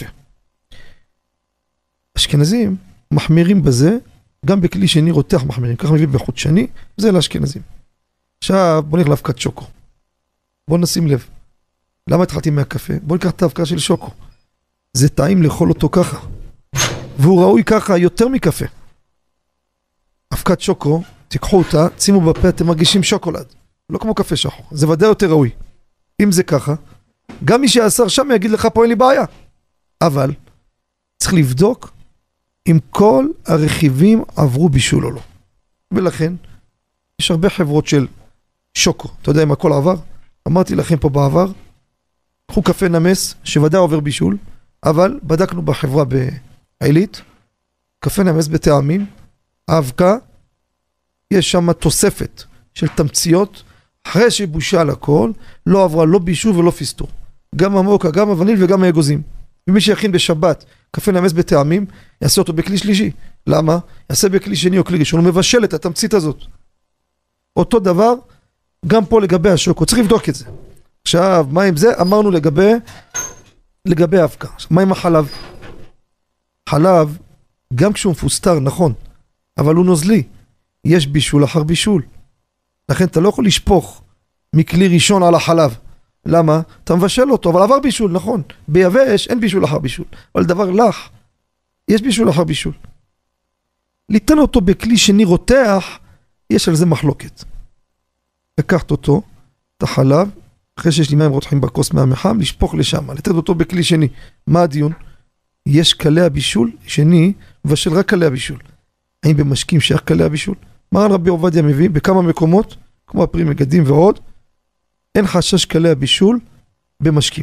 אשכנזים מחמירים בזה, גם בכלי שני רותח מחמירים, כך מביא בחוט שני, זה לאשכנזים. עכשיו בוא נלך לאבקת שוקו. בוא נשים לב. למה התחלתי מהקפה? בוא ניקח את האבקה של שוקו. זה טעים לאכול אותו ככה. והוא ראוי ככה יותר מקפה. אבקת שוקו, תיקחו אותה, שימו בפה, אתם מרגישים שוקולד. לא כמו קפה שחור. זה ודאי יותר ראוי. אם זה ככה, גם מי שעשר שם יגיד לך פה אין לי בעיה. אבל צריך לבדוק אם כל הרכיבים עברו בישול או לא. ולכן, יש הרבה חברות של שוקו. אתה יודע אם הכל עבר? אמרתי לכם פה בעבר, קחו קפה נמס, שוודאי עובר בישול, אבל בדקנו בחברה בעילית, קפה נמס בטעמים, האבקה, יש שם תוספת של תמציות, אחרי שבושל הכל, לא עברה לא בישול ולא פיסטור. גם המוקה, גם הווניל וגם האגוזים. ומי שיכין בשבת קפה נמס בטעמים, יעשה אותו בכלי שלישי. למה? יעשה בכלי שני או כלי ראשון, הוא מבשל את התמצית הזאת. אותו דבר, גם פה לגבי השוקו, צריך לבדוק את זה. עכשיו, מה עם זה? אמרנו לגבי האבקה. מה עם החלב? חלב, גם כשהוא מפוסטר, נכון, אבל הוא נוזלי. יש בישול אחר בישול. לכן אתה לא יכול לשפוך מכלי ראשון על החלב. למה? אתה מבשל אותו, אבל עבר בישול, נכון. ביבש אין בישול אחר בישול. אבל דבר לך, יש בישול אחר בישול. ליתן אותו בכלי שני רותח, יש על זה מחלוקת. לקחת אותו, את החלב, אחרי שיש לי מים רותחים בכוס מהמחם, לשפוך לשם, לתת אותו בכלי שני. מה הדיון? יש קלי הבישול, שני, מבשל רק קלי הבישול. האם במשקים שייך קלי הבישול? מרן רבי עובדיה מביא בכמה מקומות, כמו הפרי מגדים ועוד, אין חשש קלי הבישול במשקים.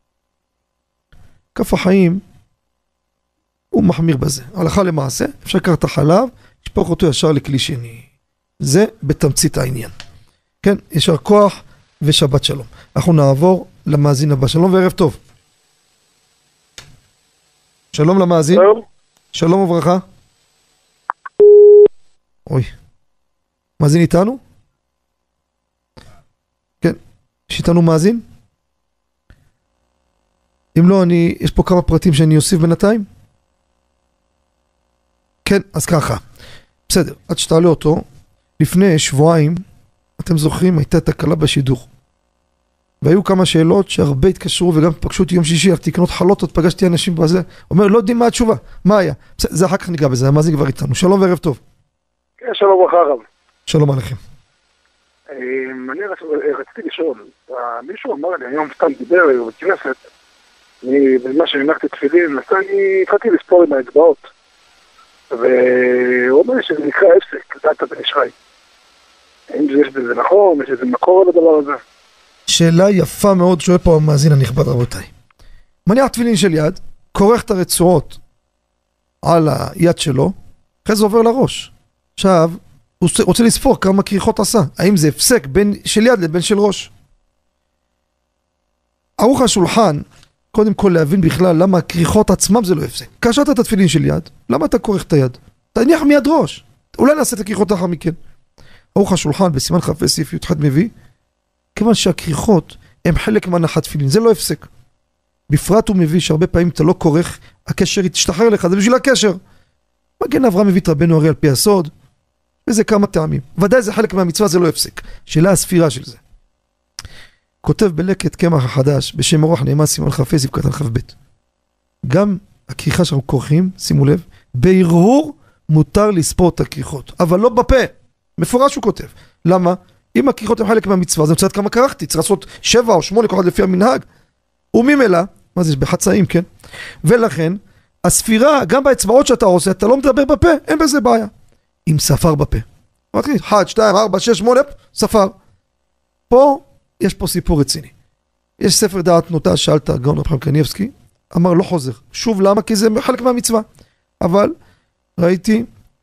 כף החיים הוא מחמיר בזה. הלכה למעשה, אפשר לקחת את החלב, לשפוך אותו ישר לכלי שני. זה בתמצית העניין. כן, ישר כוח ושבת שלום. אנחנו נעבור למאזין הבא. שלום וערב טוב. שלום למאזין. שלום. שלום וברכה. אוי. מאזין איתנו? כן. יש איתנו מאזין? אם לא, יש פה כמה פרטים שאני אוסיף בינתיים. כן, אז ככה. בסדר, עד שתעלה אותו, לפני שבועיים, אתם זוכרים, הייתה תקלה בשידור. והיו כמה שאלות שהרבה התקשרו וגם פגשו אותי יום שישי, הלכתי לקנות חלוטות, פגשתי אנשים בזה, אומר, לא יודעים מה התשובה, מה היה? זה אחר כך ניגע בזה, המאזין כבר איתנו. שלום וערב טוב. כן, שלום וברכה רב. שלום עליכם. אני רציתי לשאול, מישהו אמר לי, היום סתם דיבר בכנסת, בזמן שהנחתי תפילין, אני התחלתי לספור עם האצבעות, והוא אומר לי שזה נקרא הפסק, דעת בן איש חי. האם יש בזה נכון, יש איזה מקור על הדבר הזה? שאלה יפה מאוד, שואל פה המאזין הנכבד רבותיי. מניח תפילין של יד, כורך את הרצועות על היד שלו, אחרי זה עובר לראש. עכשיו, הוא רוצה לספור כמה כריכות עשה. האם זה הפסק בין של יד לבין של ראש? ערוך השולחן, קודם כל להבין בכלל למה הכריכות עצמם זה לא הפסק. כאשר אתה תפילין של יד, למה אתה כורך את היד? תניח מיד ראש. אולי נעשה את הכריכות אחר מכן. ערוך השולחן בסימן כ"ה סעיף י"ח מביא, כיוון שהכריכות הם חלק מהנחת תפילין, זה לא הפסק. בפרט הוא מביא שהרבה פעמים אתה לא כורך, הקשר יתשתחרר לך, זה בשביל הקשר. מגן אברהם מביא את רבנו הרי על פי הסוד, וזה כמה טעמים. ודאי זה חלק מהמצווה, זה לא הפסק. שאלה הספירה של זה. כותב בלקט קמח החדש, בשם אורח נאמן סימן כ"ה סעיף קטן כ"ב. גם הכריכה שאנחנו כורכים, שימו לב, בהרהור מותר לספור את הכריכות, אבל לא בפה. מפורש הוא כותב. למה? אם הכריכות הם חלק מהמצווה, אז אני רוצה לדעת כמה קרחתי, צריך לעשות 7 או 8 כל אחד לפי המנהג. וממילא, מה זה, בחצאים, כן? ולכן, הספירה, גם באצבעות שאתה עושה, אתה לא מדבר בפה, אין בזה בעיה. עם ספר בפה. 1, 2, 4, 6, 8, ספר. פה, יש פה סיפור רציני. יש ספר דעת נוטה, שאלת גאון רב חיים קניבסקי, אמר לא חוזר. שוב, למה? כי זה חלק מהמצווה. אבל ראיתי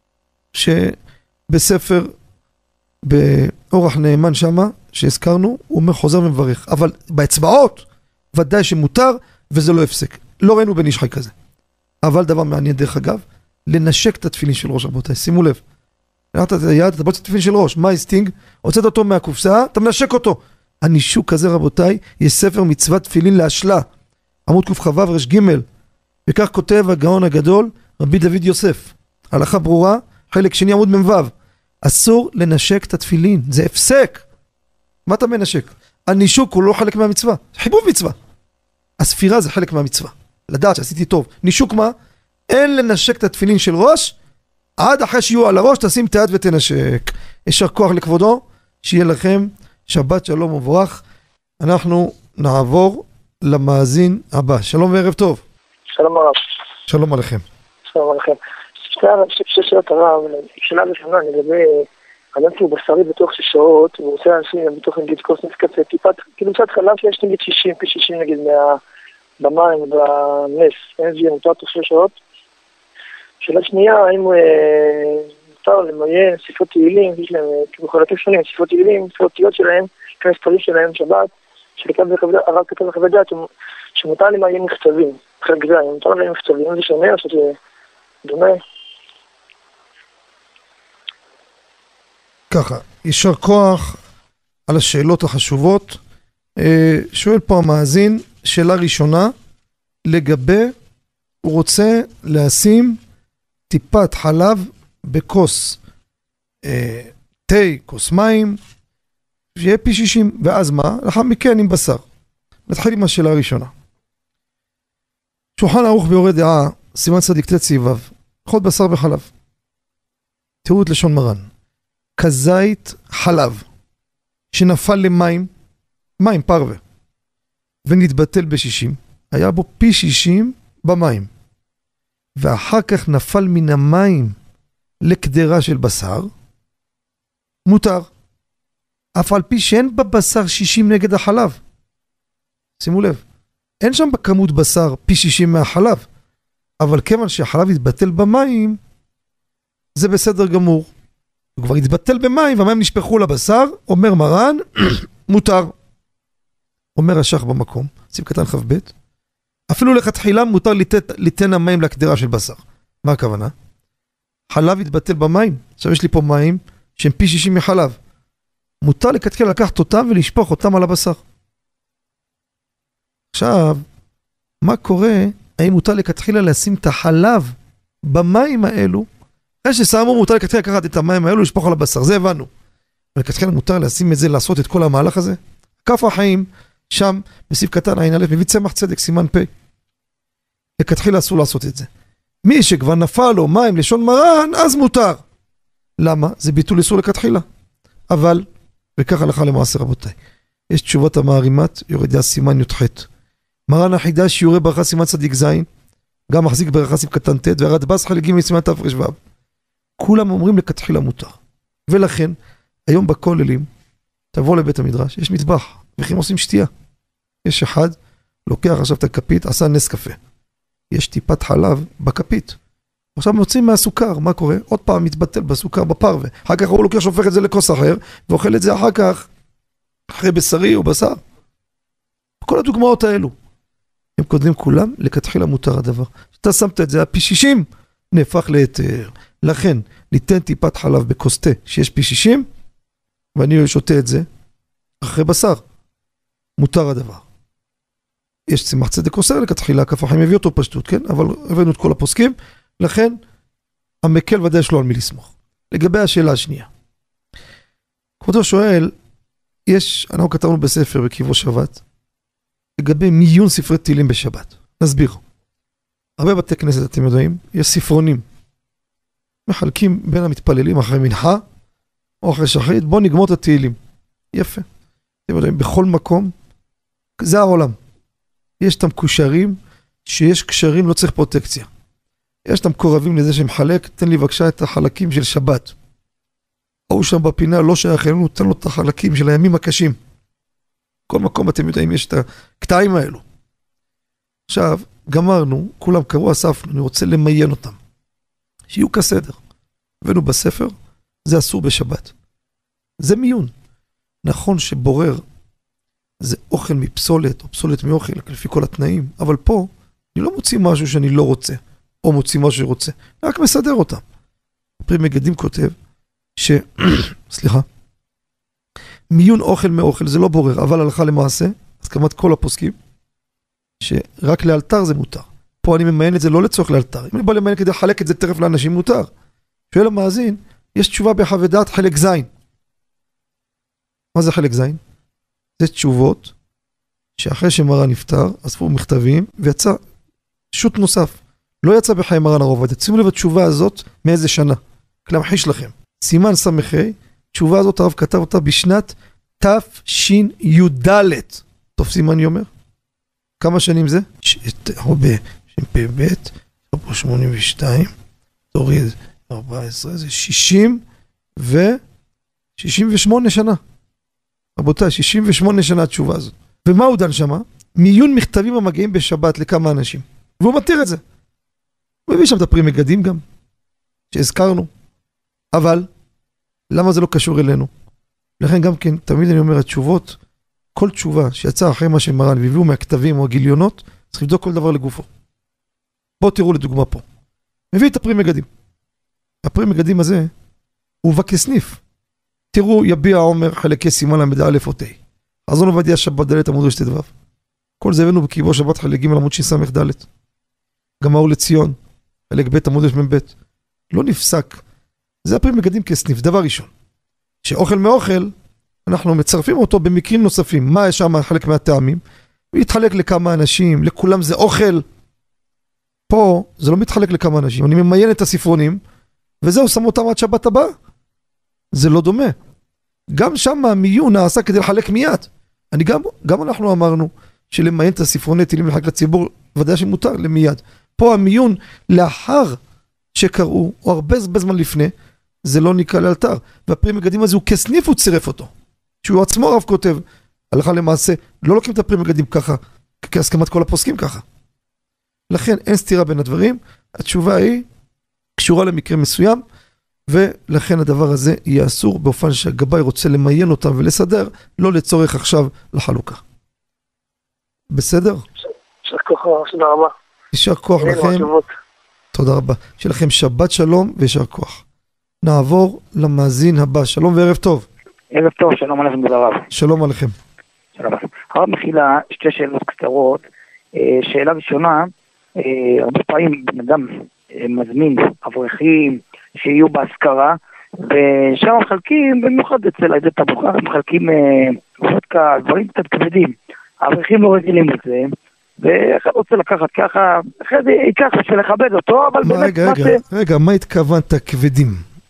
שבספר באורח נאמן שמה, שהזכרנו, הוא אומר חוזר ומברך. אבל באצבעות, ודאי שמותר, וזה לא הפסק. לא ראינו בן איש חי כזה. אבל דבר מעניין דרך אגב, לנשק את התפילין של ראש, רבותיי. שימו לב. נראה את היד, אתה בוצע את התפילין של ראש. מה הסטינג? הוצאת אותו מהקופסה, אתה מנשק אותו. הנישוק כזה, רבותיי, יש ספר מצוות תפילין להשלה. עמוד קכ"ו רש ג', וכך כותב הגאון הגדול, רבי דוד יוסף. הלכה ברורה, חלק שני עמוד מ"ו. אסור לנשק את התפילין, זה הפסק. מה אתה מנשק? הנישוק הוא לא חלק מהמצווה, זה חיבוב מצווה. הספירה זה חלק מהמצווה. לדעת שעשיתי טוב. נישוק מה? אין לנשק את התפילין של ראש, עד אחרי שיהיו על הראש, תשים את היד ותנשק. ישר כוח לכבודו, שיהיה לכם שבת שלום וברך. אנחנו נעבור למאזין הבא. שלום וערב טוב. שלום הרב. שלום עליכם. שלום עליכם. שתי שאלות הרב, שאלה ראשונה לגבי אדם שהוא בשרי בתוך 6 שעות, והוא עושה אנשים בתוך נגיד כוס נפקצה, טיפת, כאילו קצת חלב שיש נגיד 60, פי 60 נגיד במים, בנס, אין זה מותר תוך 6 שעות. שאלה שנייה, האם מותר למיין ספרות תהילים, יש להם כאילו חלקים שונים, ספרות תהילים, ספרות תהיות שלהם, כאלה ספרים שלהם, שבת, הרב כתב בחוות דעת, שמותר למיין מכתבים, חלק זה, מותר למיין מכתבים, זה שונה או שזה דומה? ככה, יישר כוח על השאלות החשובות. שואל פה המאזין, שאלה ראשונה, לגבי, הוא רוצה לשים טיפת חלב בכוס תה, כוס מים, שיהיה פי 60, ואז מה? לאחר מכן עם בשר. נתחיל עם השאלה הראשונה. שולחן ערוך ביורה דעה, סימן צדיק ט' סעיף ו', אכול בשר וחלב. תראו את לשון מרן. כזית חלב, שנפל למים, מים פרווה, ונתבטל ב-60, היה בו פי 60 במים, ואחר כך נפל מן המים לקדרה של בשר, מותר. אף על פי שאין בבשר 60 נגד החלב. שימו לב, אין שם בכמות בשר פי 60 מהחלב, אבל כיוון שהחלב יתבטל במים, זה בסדר גמור. הוא כבר יתבטל במים, והמים נשפכו לבשר, אומר מרן, מותר. אומר השח במקום, סעיף קטן חב ב', אפילו לכתחילה מותר ליתן המים לקדרה של בשר. מה הכוונה? חלב יתבטל במים. עכשיו יש לי פה מים שהם פי 60 מחלב. מותר לכתחילה לקחת אותם ולשפוך אותם על הבשר. עכשיו, מה קורה? האם מותר לכתחילה לשים את החלב במים האלו? אחרי ששמו מותר לכתחילה לקחת את המים האלו ולשפוך על הבשר. זה הבנו. ולכתחילה מותר לשים את זה, לעשות את כל המהלך הזה. כף החיים, שם בסעיף קטן עין א' מביא צמח צדק סימן פ'. לכתחילה אסור לעשות את זה. מי שכבר נפל לו מים לשון מרן, אז מותר. למה? זה ביטול איסור לכתחילה. אבל, וכך הלכה למעשה רבותיי, יש תשובות המערימת, יורדיה סימן י"ח. מרן החידש יורה ברכה סימן צדיק זין, גם מחזיק ברכה סעיף קטן ט', והרדב"ז חלק ג' סימן תר"ו. כולם אומרים לכתחילה מותר. ולכן, היום בכוללים, תבוא לבית המדרש, יש מטבח, וכם עושים שתייה. יש אחד, לוקח עכשיו את הכפית, עשה נס קפה. יש טיפת חלב בכפית. עכשיו מוצאים מהסוכר, מה קורה? עוד פעם מתבטל בסוכר בפרווה. אחר כך הוא לוקח שופך את זה לכוס אחר, ואוכל את זה אחר כך, אחרי בשרי או בשר. כל הדוגמאות האלו. הם קודמים כולם, לכתחילה מותר הדבר. אתה שמת את זה, הפי 60, נהפך ליתר. לכן, ניתן טיפת חלב בכוס תה, שיש פי 60, ואני שותה את זה, אחרי בשר. מותר הדבר. יש צמח צדק אוסר לכתחילה, כף החיים הביא אותו פשטות, כן? אבל הבאנו את כל הפוסקים, לכן המקל ודאי יש לו על מי לסמוך. לגבי השאלה השנייה. כבודו שואל, אנחנו כתבנו בספר בקיבו שבת, לגבי מיון ספרי תהילים בשבת. נסביר. הרבה בתי כנסת, אתם יודעים, יש ספרונים. מחלקים בין המתפללים אחרי מנחה, או אחרי שחרית, בואו נגמור את התהילים. יפה. אתם יודעים, בכל מקום, זה העולם. יש tam קושרים, שיש קשרים, לא צריך פרוטקציה. יש tam קורבים לזה שמחלק, תן לי בבקשה את החלקים של שבת. או שם בפינה לא שייך אלינו, תן לו את החלקים של הימים הקשים. כל מקום אתם יודעים, יש את הקטעים האלו. עכשיו, גמרנו, כולם קראו, אספנו, אני רוצה למיין אותם. שיהיו כסדר. הבאנו בספר, זה אסור בשבת. זה מיון. נכון שבורר, זה אוכל מפסולת, או פסולת מאוכל, לפי כל התנאים, אבל פה, אני לא מוציא משהו שאני לא רוצה, או מוציא משהו שרוצה, רק מסדר אותם. פרי מגדים כותב, סליחה, מיון אוכל מאוכל, זה לא בורר, אבל הלכה למעשה, אז כמעט כל הפוסקים, שרק לאלתר זה מותר. פה אני ממיין את זה לא לצורך לאלתר. אם אני בא למיין כדי לחלק את זה תרף לאנשים מותר. שואל המאזין, יש תשובה בחוות דעת חלק זין. מה זה חלק זין? זה תשובות שאחרי שמרן נפטר, אספו מכתבים ויצא שוט נוסף. לא יצא בחיי מרן הרב עובדיה. שימו לב התשובה הזאת מאיזה שנה. להמחיש לכם. סימן סמכי, תשובה הזאת הרב כתב אותה בשנת תשי"ד. טוב סימן אני אומר? כמה שנים זה? הרבה, פ"ב, 82, תוריד 14, זה 60 ו-68 שנה. רבותיי, 68 שנה התשובה הזאת. ומה הוא דן שמה? מיון מכתבים המגיעים בשבת לכמה אנשים. והוא מתיר את זה. הוא הביא שם את הפרי מגדים גם, שהזכרנו. אבל, למה זה לא קשור אלינו? לכן גם כן, תמיד אני אומר, התשובות, כל תשובה שיצאה אחרי מה שמרן, והביאו מהכתבים או הגיליונות, צריך לבדוק כל דבר לגופו. בואו תראו לדוגמה פה. מביא את הפרי מגדים. הפרי מגדים הזה, הוא בא כסניף. תראו, יביע עומר חלקי סימן למד א' או ת'. חזון עובדיה שבת ד' עמוד רשת ו'. כל זה הבאנו בקיבו שבת חלק ג' עמוד שסמך ד'. גם האור לציון, חלק ב' עמוד רשת ב'. לא נפסק. זה הפרי מגדים כסניף, דבר ראשון. שאוכל מאוכל, אנחנו מצרפים אותו במקרים נוספים. מה יש שם חלק מהטעמים? הוא יתחלק לכמה אנשים, לכולם זה אוכל. פה זה לא מתחלק לכמה אנשים. אני ממיין את הספרונים, וזהו, שם אותם עד שבת הבא. זה לא דומה. גם שם המיון נעשה כדי לחלק מיד. גם אנחנו אמרנו שלמיין את הספרוני תהילים לחלק לציבור, ודאי שמותר למיד. פה המיון לאחר שקראו, או הרבה זמן לפני, זה לא נקרא לאלתר. והפרי מגדים הזה הוא כסניף, הוא צירף אותו. שהוא עצמו רב כותב, הלכה למעשה, לא לוקחים את הפרי מגדים ככה, כהסכמת כל הפוסקים ככה. לכן אין סתירה בין הדברים, התשובה היא קשורה למקרה מסוים, ולכן הדבר הזה יהיה אסור באופן שהגבאי רוצה למיין אותם ולסדר, לא לצורך עכשיו לחלוקה. בסדר? יישר כוח, תודה רבה. יישר כוח לכם. תודה רבה. שיהיה לכם שבת שלום ויישר כוח. נעבור למאזין הבא. שלום וערב טוב. ערב טוב, שלום עליכם בדרב. שלום עליכם. שלום. הרב מחילה שתי שאלות קצרות. שאלה ראשונה, הרבה פעמים בן אדם מזמין אברכים שיהיו בהשכרה, ושם מחלקים, במיוחד אצל עדת תבוכר, מחלקים וודקה, דברים קצת כבדים. האברכים לא רגילים לזה, ואחד רוצה לקחת ככה, אחרי זה ייקח בשביל לכבד אותו, אבל באמת... רגע, מה התכוונת כבדים?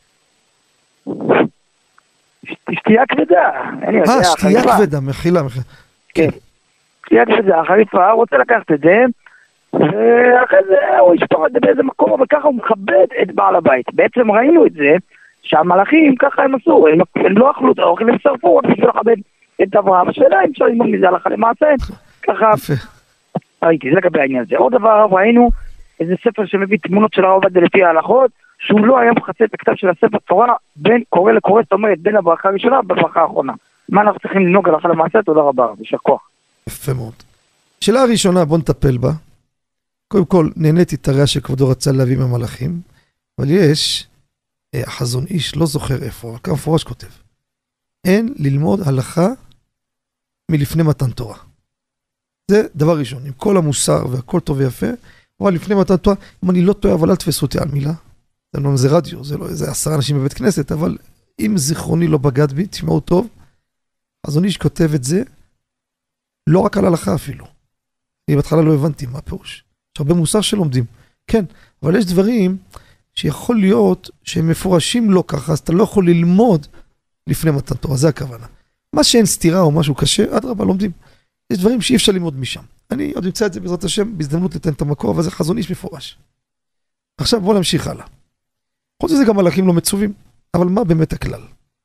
שתייה כבדה. שתייה כבדה, מחילה. כן, שתייה כבדה, חריפה, רוצה לקחת את זה, ואחרי זה הוא ישפור את זה באיזה מקום, וככה הוא מכבד את בעל הבית. בעצם ראינו את זה, שהמלאכים ככה הם עשו, הם לא אכלו את האוכל, הם שרפו רק בשביל לכבד את אברהם. השאלה אם אפשר ללמוד מזה הלכה למעשה, ככה ראיתי, זה לגבי העניין הזה. עוד דבר, ראינו איזה ספר שמביא תמונות של הרב עובדיה לפי ההלכות, שהוא לא היה מחצה את הכתב של הספר תורה, בין קורא לקורא, זאת אומרת, בין הברכה הראשונה בברכה האחרונה. מה אנחנו צריכים לנהוג הלכה למעשה? תודה רבה, יישר כוח. יפה מאוד. שאלה הראשונה, בוא נטפל בה. קודם כל, נהניתי את הרע שכבודו רצה להביא מהמלאכים, אבל יש, החזון איש, לא זוכר איפה, אבל כמה פורש כותב. אין ללמוד הלכה מלפני מתן תורה. זה דבר ראשון, עם כל המוסר והכל טוב ויפה, אבל לפני מתן תורה, אם אני לא טועה, אבל אל תפסו אותי על מילה. זה רדיו, זה 10 אנשים בבית כנסת, אבל אם זיכרוני לא בגד בי, תשמעו טוב, החזון איש כותב את זה, לא רק על הלכה אפילו. אני בהתחלה לא הבנתי מה הפירוש. יש הרבה מוסר שלומדים. כן, אבל יש דברים שיכול להיות שהם מפורשים לא ככה, אז אתה לא יכול ללמוד לפני מתן תורה, זה הכוונה. מה שאין סתירה או משהו קשה, אדרבה, לומדים. יש דברים שאי אפשר ללמוד משם. אני עוד נמצא את זה בעזרת השם, בהזדמנות לתן את המקור, אבל זה חזון איש מפורש. עכשיו בואו נמשיך הלאה. חוץ מזה גם מלאכים לא מצווים, אבל מה באמת הכלל?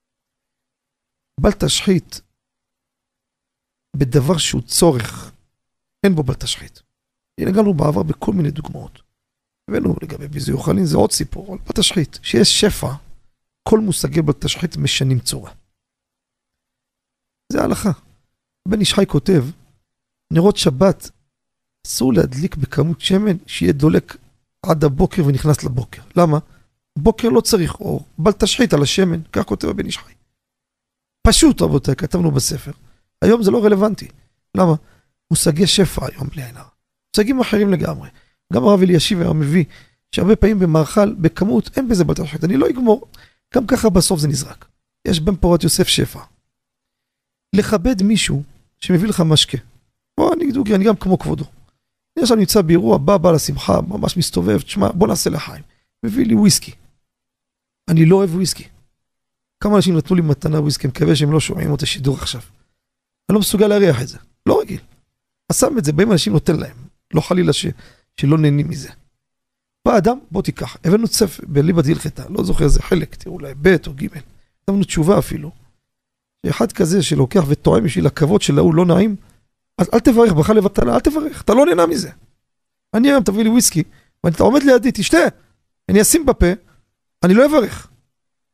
בל תשחית בדבר שהוא צורך, אין בו בל תשחית. נגענו בעבר בכל מיני דוגמאות. הבאנו לגבי ביזוי אוכלים, זה עוד סיפור, אבל בל תשחית, שיש שפע, כל מושגי בל תשחית משנים צורה. זה ההלכה. בן איש חי כותב, נרות שבת, אסור להדליק בכמות שמן שיהיה דולק עד הבוקר ונכנס לבוקר. למה? בוקר לא צריך אור, בל תשחית על השמן, כך כותב בן איש חי. פשוט רבותיי, כתבנו בספר. היום זה לא רלוונטי. למה? מושגי שפע היום בלי עין הרע. מושגים אחרים לגמרי. גם הרב אלישיב היה מביא שהרבה פעמים במאכל, בכמות, אין בזה בל תשחית. אני לא אגמור. גם ככה בסוף זה נזרק. יש בן פורת יוסף שפע. לכבד מישהו שמביא לך משקה. בוא נגדוגי, אני גם כמו כבודו. אני עכשיו נמצא באירוע, בא לשמחה, ממש מסתובב, תשמע, בוא נעשה לחיים. מביא לי וויסקי. אני לא אוהב וויסקי. כמה אנשים נתנו לי מתנה וויסקי, מקווה שהם לא שומעים אותה שידור עכשיו. אני לא מסוגל להריח את זה. לא רגיל. עשם את זה, באים אנשים נותן להם. לא חלילה שלא נהנים מזה. בא אדם, בוא תיקח. הבאנו צף בליבא דהלכתא, לא זוכר איזה חלק, תראו אולי ב' או ג'. הבאנו תשובה אפילו. שאחד כזה שלוקח וטועם בשביל הכבוד של ההוא לא נעים, אז אל תברך, בך לבטלה, אל תברך, אתה לא נהנה מזה. אני היום תביא לי וויסקי, ואתה עומד לידי, תשתה, אני אשים בפה, אני לא אברך.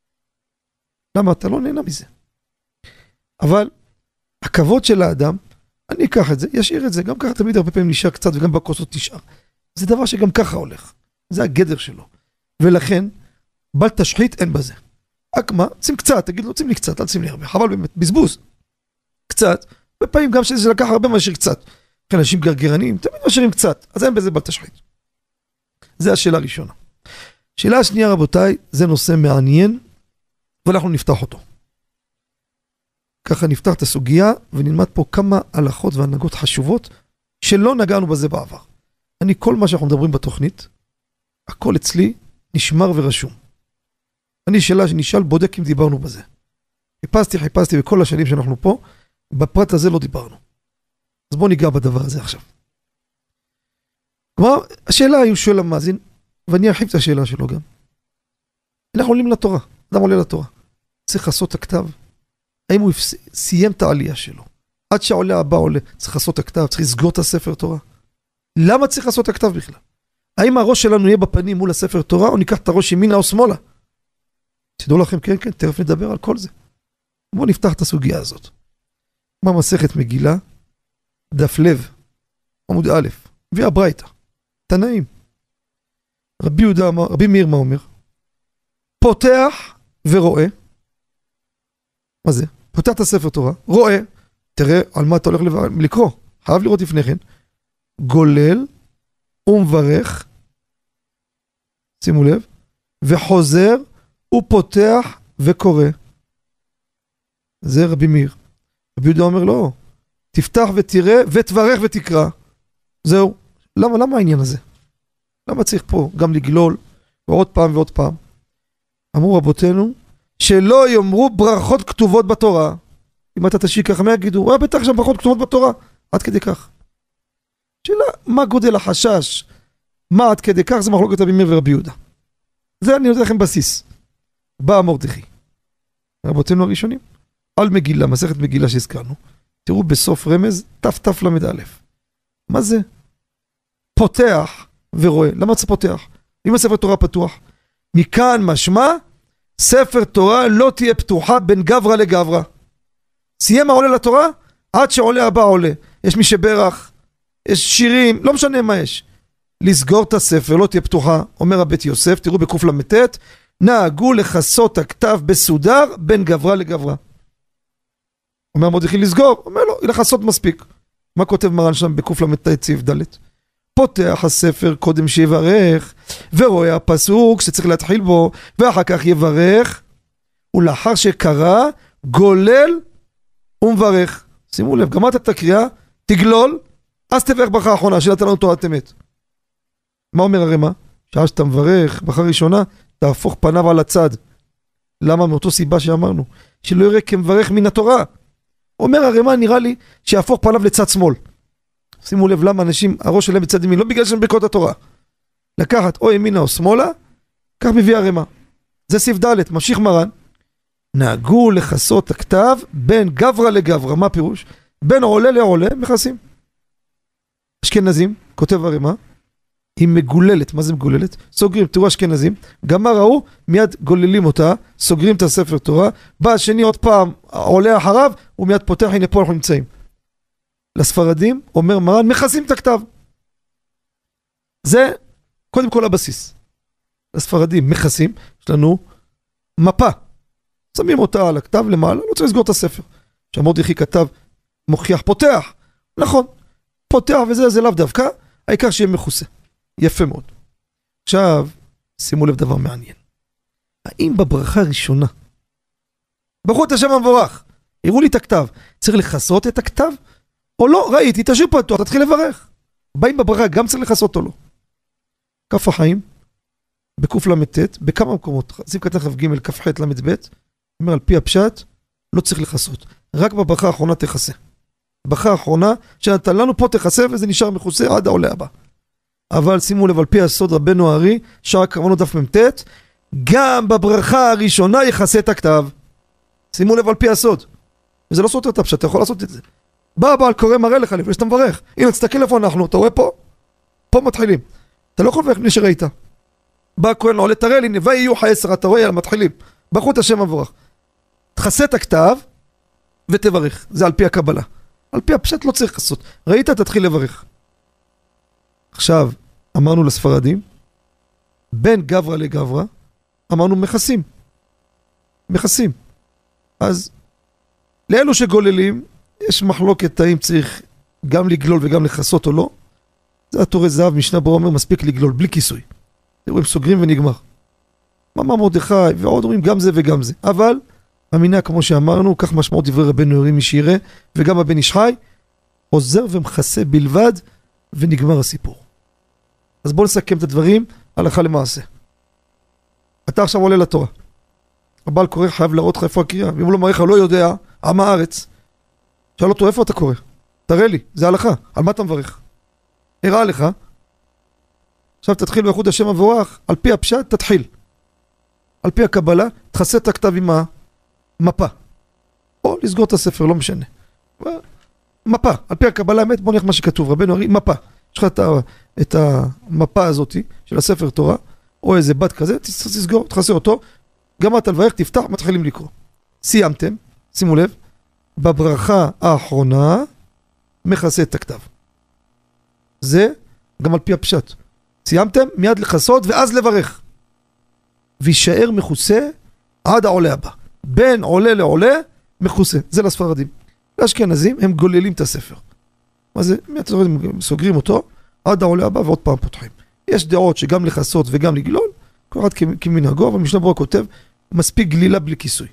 למה אתה לא נהנה מזה? אבל הכבוד של האדם, אני אקח את זה, ישאיר את זה, גם ככה תמיד הרבה פעמים נשאר קצת וגם בכוסות נשאר. זה דבר שגם ככה הולך, זה הגדר שלו. ולכן, בל תשחית אין בזה. רק מה? שים קצת, תגיד לו, שים לי קצת, אל שים לי הרבה, חבל באמת, בזבוז. קצת, בפעמים גם שזה לקח הרבה משאיר קצת. לכן אנשים גרגרנים, תמיד משאירים קצת, אז אין בזה בל תשחית. זה השאלה הראשונה. שאלה השנייה רבותיי, זה נושא מעניין, ואנחנו נפתח אותו. ככה נפתח את הסוגיה, ונלמד פה כמה הלכות והנהגות חשובות, שלא נגענו בזה בעבר. כל מה שאנחנו מדברים בתוכנית, הכל אצלי נשמר ורשום. אני שאלה שנשאל בודק אם דיברנו בזה. חיפשתי בכל השנים שאנחנו פה, בפרט הזה לא דיברנו. אז בואו ניגע בדבר הזה עכשיו. כלומר, השאלה היא, הוא שואל המאזין, ואני ארחיב את השאלה שלו גם. אנחנו עולים לתורה, אדם עולה לתורה. צריך לעשות את הכתב. האם הוא סיים את העלייה שלו? עד שהעולה הבא עולה, צריך לעשות את הכתב, צריך לסגור את הספר תורה. למה צריך לעשות את הכתב בכלל? האם הראש שלנו יהיה בפנים מול הספר תורה, או ניקח את הראש ימינה או שמאלה? תדעו לכם, כן, תכף נדבר על כל זה. בואו נפתח את הסוגיה הזאת. מה מסכת מגילה? דף לב, עמוד א', והברייתא, תנאים. רבי מאיר מה אומר? פותח ורואה. מה זה? פותח את הספר תורה, רואה, תראה על מה אתה הולך לקרוא, חייב לראות לפני כן. גולל ומברך, שימו לב, וחוזר ופותח וקורא. זה רבי מאיר. רבי יהודה אומר לא, תפתח ותראה ותברך ותקרא. זהו. למה העניין הזה? למה צריך פה גם לגלול ועוד פעם ועוד פעם? אמרו רבותינו שלא יאמרו ברכות כתובות בתורה. אם אתה תשאיר ככה מה יגידו? בטח שם ברכות כתובות בתורה. עד כדי כך. שאלה, מה גודל החשש? מה עד כדי כך? זה מחלוקת רבי מאיר ורבי יהודה. זה אני נותן לכם בסיס. בא מרדכי. רבותינו הראשונים. על מגילה, מסכת מגילה שהזכרנו. תראו בסוף רמז, תף למד א'. מה זה? פותח ורואה. למה זה פותח? אם הספר תורה פתוח. מכאן משמע, ספר תורה לא תהיה פתוחה בין גברה לגברה. סיים העולה לתורה, עד שעולה הבא עולה. יש מי שברך, יש שירים, לא משנה מה יש. לסגור את הספר, לא תהיה פתוחה, אומר הבית יוסף, תראו בקוף למתת, נהגו לחסות הכתב בסודר בין גברה לגברה. אומר מרדכי לסגור, אומר לו, לחסות מספיק. מה כותב מרן שם בקוף למתת סעיף ד'? פותח הספר קודם שיברך, ורואה הפסוק שצריך להתחיל בו, ואחר כך יברך, ולאחר שקרא, גולל ומברך. שימו לב, גמרת את הקריאה, תגלול, אז תברך ברכה האחרונה, שאלת לנו תורת אמת. מה אומר הרמ"א? שעה שאתה מברך, ברכה ראשונה, תהפוך פניו על הצד. למה? מאותו סיבה שאמרנו, שלא יראה כמברך מן התורה. אומר הרמ"א, נראה לי, שיהפוך פניו לצד שמאל. שימו לב למה אנשים, הראש שלהם בצד ימין, לא בגלל שהם ברכות התורה. לקחת או ימינה או שמאלה, כך מביא הרמ"א. זה סעיף ד', ממשיך מרן. נהגו לחסות הכתב בין גברה לגברה. מה פירוש? בין עולה לעולה, מכסים. אשכנזים, כותב הרמ"א, היא מגוללת. מה זה מגוללת? סוגרים, תראו אשכנזים, גמר ההוא, מיד גוללים אותה, סוגרים את הספר תורה, בא השני עוד פעם, עולה אחריו, ומיד פותח, הנה פה אנחנו נמצאים. לספרדים, אומר מרן, מכסים את הכתב. זה קודם כל הבסיס. לספרדים מכסים, יש לנו מפה. שמים אותה על הכתב למעלה, לא צריך לסגור את הספר. שמרדכי כתב, מוכיח פותח. נכון, פותח וזה, זה לאו דווקא, העיקר שיהיה מכוסה. יפה מאוד. עכשיו, שימו לב דבר מעניין. האם בברכה הראשונה, ברכו את השם המבורך, הראו לי את הכתב, צריך לחסות את הכתב? או לא? ראיתי, תשאיר פתוח, תתחיל לברך. באים בברכה, גם צריך לחסות או לא. כף החיים, בקוף למתת, בכמה מקומות, סעיף קטן כ"ג, כ"ח למ"ב, אומר על פי הפשט, לא צריך לחסות. רק בברכה האחרונה תכסה. ברכה האחרונה, שנתן לנו פה תכסה, וזה נשאר מכוסה עד העולה הבא. אבל שימו לב, על פי הסוד רבנו הארי, שער הכוונות דף מ"ט, גם בברכה הראשונה יכסה את הכתב. שימו לב על פי הסוד. וזה לא סותר את הפשט, אתה יכול לעשות את זה. בא הבעל קורא מראה לך לפני שאתה מברך. הנה, תסתכל איפה אנחנו, אתה רואה פה? פה מתחילים. אתה לא יכול לברך בלי שראית. בא הכהן עולה, תראה לי, ויהיו חיי שרה, אתה רואה, מתחילים. ברכו את השם המבורך. תכסה את הכתב ותברך. זה על פי הקבלה. על פי הפשט לא צריך לעשות. ראית? תתחיל לברך. עכשיו, אמרנו לספרדים, בין גברא לגברא, אמרנו מכסים. מכסים. אז, לאלו שגוללים, יש מחלוקת האם צריך גם לגלול וגם לכסות או לא. זה התורי זהב, משנה ברורה אומר, מספיק לגלול, בלי כיסוי. הם סוגרים ונגמר. מאמר מרדכי ועוד אומרים גם זה וגם זה. אבל, המנהג כמו שאמרנו, כך משמעות דברי רבנו יורי משירה, וגם הבן איש חי, עוזר ומכסה בלבד, ונגמר הסיפור. אז בואו נסכם את הדברים, הלכה למעשה. אתה עכשיו עולה לתורה. הבעל קורא חייב להראות לך איפה הקריאה, ואם הוא לא מראה לך, לא יודע, עם הארץ. שאל אותו, איפה אתה קורא? תראה לי, זה הלכה, על מה אתה מברך? הראה לך. עכשיו תתחיל באיחוד השם המבורך, על פי הפשט תתחיל. על פי הקבלה, תכסה את הכתב עם המפה. או לסגור את הספר, לא משנה. מפה, על פי הקבלה האמת, בוא נלך מה שכתוב, רבנו הרי, מפה. יש לך את המפה הזאת של הספר תורה, או איזה בת כזה, תסגור, תכסה אותו, גם אתה לברך, תפתח, מתחילים לקרוא. סיימתם, שימו לב, בברכה האחרונה, מכסה את הכתב. זה גם על פי הפשט. סיימתם, מיד לכסות, ואז לברך. וישאר מכוסה עד העולה הבא. בין עולה לעולה, מכוסה. זה לספרדים. לאשכנזים, הם גוללים את הספר. מה זה? הם סוגרים אותו, עד העולה הבא, ועוד פעם פותחים. יש דעות שגם לכסות וגם לגלול, כל אחד כמנהגו, אבל משנה ברורה כותב, מספיק גלילה בלי כיסוי.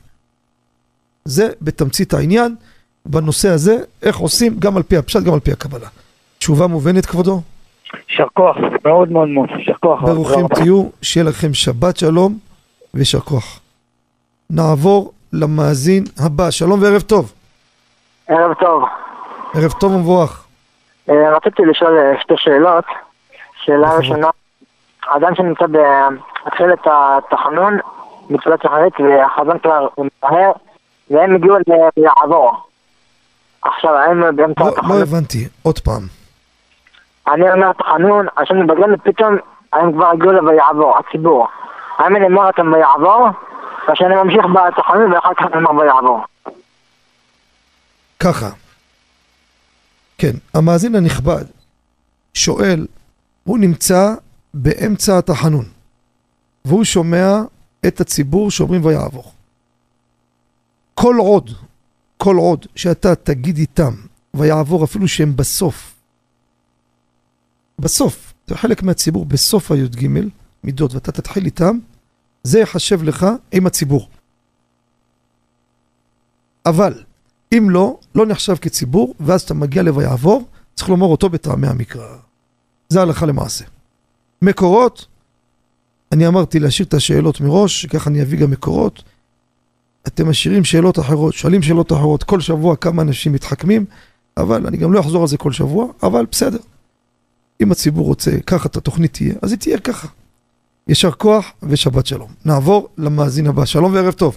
זה בתמצית העניין, בנושא הזה, איך עושים גם על פי הפשט, גם על פי הקבלה. תשובה מובנת כבודו? יישר כוח, מאוד מאוד מאוד, יישר כוח. ברוכים תהיו, שיהיה לכם שבת שלום ויישר כוח. נעבור למאזין הבא, שלום וערב טוב. ערב טוב. ערב טוב ומבורך. רציתי לשאול שתי שאלות. שאלה ראשונה, אדם שנמצא בהתחלת התחנון, מצוות שחרית, והחזון כבר מהר, והם הגיעו לעבור. עכשיו, הם באמצע התחנון. לא הבנתי, עוד פעם. אני אומר תחנון, השם מבגרן, פתאום הם כבר הגיעו ויעבור, הציבור. האם אני אומר אתם ויעבור, ושאני ממשיך בתחנון ואחר כך אני אומר ויעבור. ככה. כן, המאזין הנכבד שואל, הוא נמצא באמצע התחנון, והוא שומע את הציבור שאומרים ויעבור. כל עוד שאתה תגיד איתם ויעבור, אפילו שהם בסוף, זה חלק מהציבור, בסוף הי"ג מידות, ואתה תתחיל איתם, זה יחשב לך עם הציבור. אבל אם לא נחשב כציבור, ואז אתה מגיע לויעבור, צריך לומר אותו בטעמי המקרא. זה הלכה למעשה. מקורות, אני אמרתי להשאיר את השאלות מראש, ככה אני אביא גם מקורות. אתם משאירים שאלות אחרות, שואלים שאלות אחרות, כל שבוע כמה אנשים מתחכמים, אבל אני גם לא אחזור על זה כל שבוע, אבל בסדר. אם הציבור רוצה, ככה את התוכנית תהיה, אז היא תהיה ככה. יישר כוח ושבת שלום. נעבור למאזין הבא. שלום וערב טוב.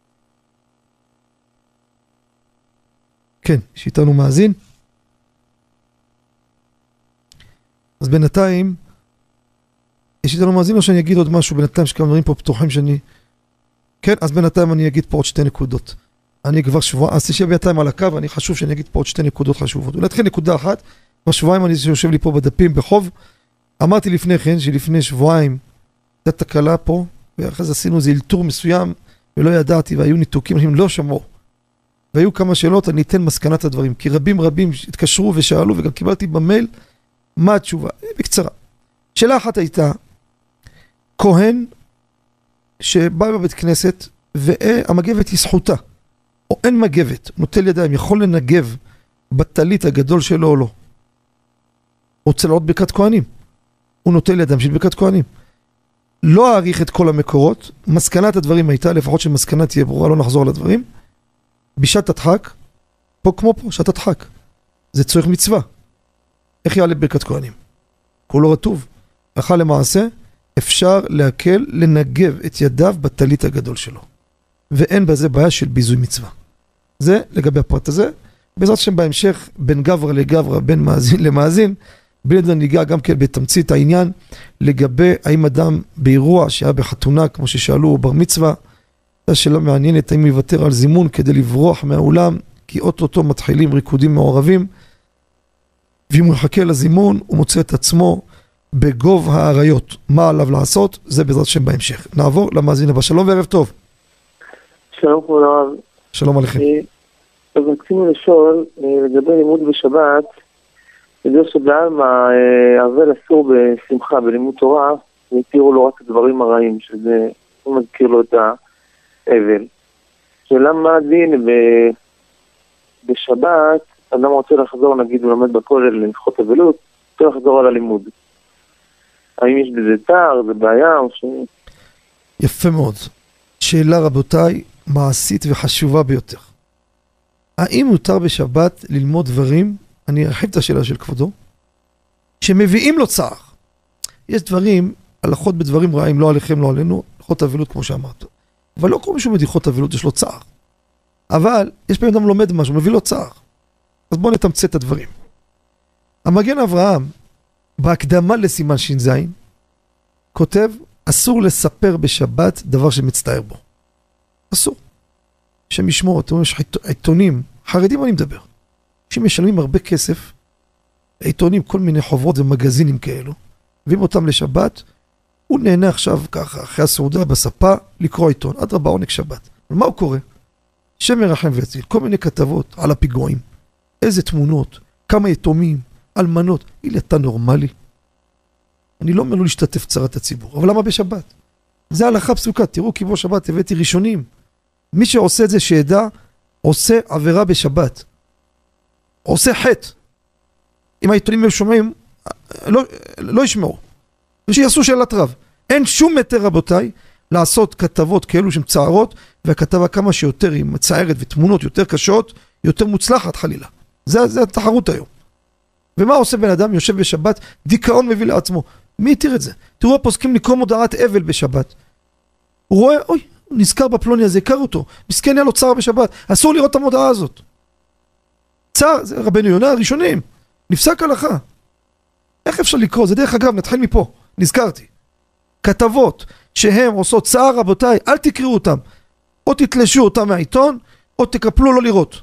כן, יש איתנו מאזין. אז בינתיים, יש איתנו מאזין או שאני אגיד עוד משהו בינתיים שכמה דברים פה פתוחים שאני... כן, אז בינתיים אני אגיד פה עוד 2 נקודות. אני כבר שבוע, אז תשב בינתיים על הקו, אני חשוב שאני אגיד פה עוד 2 נקודות חשובות. נתחיל נקודה אחת, בשבועיים אני יושב לי פה בדפים בחוב, אמרתי לפני כן שלפני שבועיים הייתה תקלה פה, ואחרי זה עשינו איזה אלתור מסוים, ולא ידעתי, והיו ניתוקים, אנשים לא שמעו. והיו כמה שאלות, אני אתן מסקנת הדברים, כי רבים התקשרו ושאלו, וגם קיבלתי במייל, מה התשובה? בקצרה. שאלה אחת הייתה, כהן שבא בבית כנסת, והמגבת היא זכותה, או אין מגבת, נוטל ידיים, יכול לנגב בטלית הגדול שלו או לא. רוצה לעוד ברכת כהנים. הוא נוטל ידיים של ברכת כהנים. לא אעריך את כל המקורות, מסקנת הדברים הייתה, לפחות שמסקנה תהיה ברורה, לא נחזור לדברים. בשעת הדחק, פה כמו פה, שעת הדחק. זה צורך מצווה. איך יעלה ברכת כהנים? כולו רטוב. אחר למעשה, אפשר להקל לנגב את ידיו בטלית הגדול שלו. ואין בזה בעיה של ביזוי מצווה. זה לגבי הפרט הזה. בעזרת השם בהמשך, בין גברא לגברא, בין מאזין למאזין, בלעד ניגע גם כן בתמצית העניין, לגבי האם אדם באירוע שהיה בחתונה, כמו ששאלו, בר מצווה, השאלה מעניינת, האם יוותר על זימון כדי לברוח מהאולם, כי אוטוטו מתחילים ריקודים מעורבים, ואם הוא יחכה לזימון, הוא מוצא את עצמו בגוב האריות. מה עליו לעשות? זה בעזרת שם בהמשך. נעבור למאזין הבא. שלום וערב טוב. שלום כבוד הרב. שלום עליכם. אז רצינו לשאול לגבי לימוד בשבת, ידוע שבעלמא אבל אסור בשמחה בלימוד תורה, והתירו לו רק הדברים הרעים, שזה מזכיר לו את האבל. שאלה מה הדין בשבת, אדם רוצה לחזור, נגיד הוא לומד בכולל לנחות אבלות, רוצה לחזור על הלימוד. האם יש בזה צער, זה בעיה או ש... יפה מאוד. שאלה רבותיי, מעשית וחשובה ביותר. האם מותר בשבת ללמוד דברים, אני ארחיב את השאלה של כבודו, שמביאים לו צער. יש דברים, הלכות בדברים רעים, לא עליכם, לא עלינו, הלכות אבלות כמו שאמרת. אבל לא כל מישהו מדיחות אבלות, יש לו צער. אבל יש פעמים אדם לומד משהו, מביא לו צער. אז בואו נתמצת את הדברים. המגן אברהם, בהקדמה לסימן ש"ז, כותב, אסור לספר בשבת דבר שמצטער בו. אסור. שמשמור, אתם רואים, יש עיתונים, חרדים אני מדבר, שמשלמים הרבה כסף, עיתונים, כל מיני חוברות ומגזינים כאלו, מביאים אותם לשבת, הוא נהנה עכשיו ככה, אחרי הסעודה בספה, לקרוא עיתון, עד רבה עונג שבת. אבל מה הוא קורא? שם מרחם ויציל, כל מיני כתבות על הפיגועים, איזה תמונות, כמה יתומים, אלמנות, אילי אתה נורמלי. אני לא אומר לו להשתתף צרת הציבור, אבל למה בשבת? זה הלכה פסוקה, תראו כי בו שבת הבאתי ראשונים. מי שעושה את זה שידע, עושה עבירה בשבת. עושה חטא. אם העיתונים שומעים, לא ישמעו. ושיעשו שאלת רב. אין שום מטר רבותיי, לעשות כתבות כאלו שהן צערות, והכתבה כמה שיותר היא מצערת ותמונות יותר קשות, יותר מוצלחת חלילה. זה התחרות היום. ומה עושה בן אדם? יושב בשבת, דיכאון מביא לעצמו. מי יתיר את זה? תראו הפוסקים לקרוא מודעת אבל בשבת. הוא רואה, אוי, הוא נזכר בפלוני הזה, הכר אותו. מסכן היה לו צער בשבת. אסור לראות את המודעה הזאת. צער, זה רבנו יונה הראשונים. נפסק הלכה. איך אפשר לקרוא? זה דרך אגב, נתחיל מפה. נזכרתי. כתבות שהן עושות צער, רבותיי, אל תקראו אותם. או תתלשו אותם מהעיתון, או תקפלו לא לראות.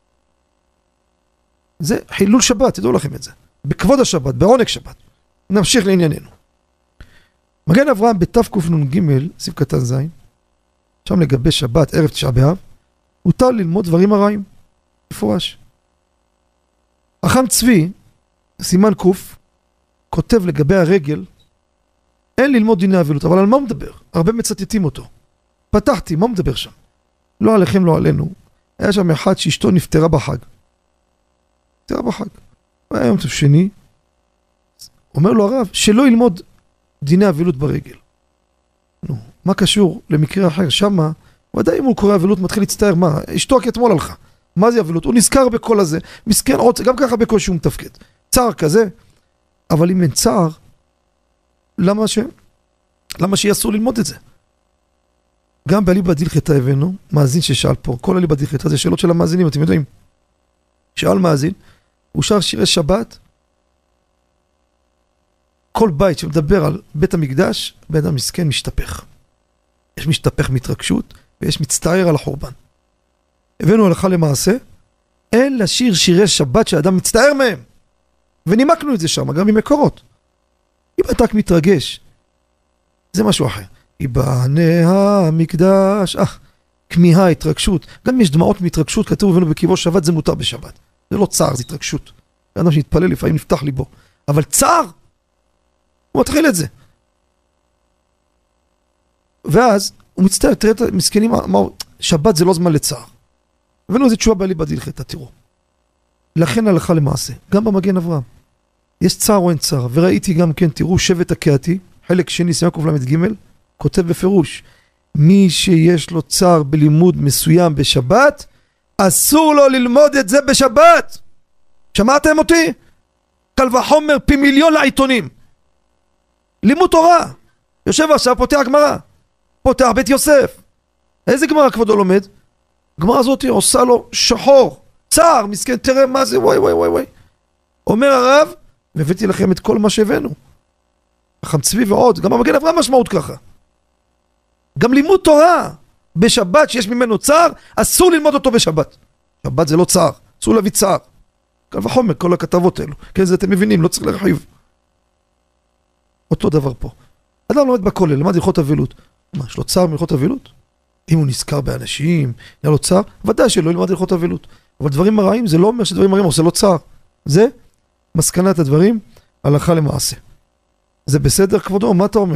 זה חילול שבת, תדעו לכם את זה. בכבוד השבת, בעונג שבת. נמשיך לענייננו. מגן אברהם בתקנ"ג, סעיף קטן ז', שם לגבי שבת, ערב תשעה באב, הותר ללמוד דברים הרעים. מפורש. החם צבי, סימן קוף, כותב לגבי הרגל, אין ללמוד דיני אבלות, אבל על מה הוא מדבר? הרבה מצטטים אותו. פתחתי, מה הוא מדבר שם? לא עליכם, לא עלינו. היה שם אחד שאשתו נפטרה בחג. נפטרה בחג. היה יום שני, אומר לו הרב, שלא ילמוד דיני אבלות ברגל. נו, מה קשור למקרה אחר? שמה, ודאי אם הוא קורא אבלות, מתחיל להצטער, מה? אשתו רק אתמול הלכה. מה זה אבלות? הוא נזכר בכל הזה, מסכן עוד, גם ככה בקושי הוא מתפקד. צער כזה, אבל אם אין צער, למה שיהיה אסור ללמוד את זה? גם באליבא דהלכתא הבאנו, מאזין ששאל פה, כל אליבא דהלכתא זה שאלות של המאזינים, אתם יודעים. שאל מאזין, הוא שר שירי שבת, כל בית שמדבר על בית המקדש, בן אדם מסכן משתפך. יש משתפך מתרגשות, ויש מצטער על החורבן. הבאנו הלכה למעשה, אין לשיר שירי שבת שהאדם מצטער מהם. ונימקנו את זה שם, גם ממקורות. אם אתה רק מתרגש, זה משהו אחר. יבנה המקדש, כמיהה, התרגשות. גם אם יש דמעות מהתרגשות, כתוב הבאנו בקיבו שבת, זה מותר בשבת. זה לא צער, זה התרגשות. אדם שנתפלל לפעמים נפתח ליבו. אבל צער, הוא מתחיל את זה. ואז הוא מצטער, תראה את המסכנים, שבת זה לא זמן לצער. הבאנו איזה תשובה באליבא דהלכתא, תראו. לכן הלכה למעשה, גם במגן אברהם. יש צער או אין צער, וראיתי גם כן, תראו, שבט הקהתי, חלק שני, סימן קל"ג, כותב בפירוש, מי שיש לו צער בלימוד מסוים בשבת, אסור לו ללמוד את זה בשבת. שמעתם אותי? קל וחומר פי מיליון לעיתונים. לימוד תורה. יושב עכשיו, פותח גמרא. פותח בית יוסף. איזה גמרא כבודו לומד? גמרא הזאת עושה לו שחור. צער, מסכן, תראה מה זה, וואי וואי וואי וואי. אומר הרב, והבאתי לכם את כל מה שהבאנו. החם צבי ועוד, גם המגן אברהם משמעות ככה. גם לימוד תורה. בשבת שיש ממנו צער, אסור ללמוד אותו בשבת. שבת זה לא צער, אסור להביא צער. קל וחומר, כל הכתבות האלו. כן, זה אתם מבינים, לא צריך להרחיב. אותו דבר פה. אדם לומד בכולל, למד הלכות אבלות. מה, יש לו צער מהלכות אבלות? אם הוא נזכר באנשים, היה לו צער, ודאי שלא ילמד הלכות אבלות. אבל דברים הרעים, זה לא אומר שדברים הרעים עושה לו צער. זה מסקנת הדברים, הלכה למעשה. זה בסדר, כבודו? מה אתה אומר?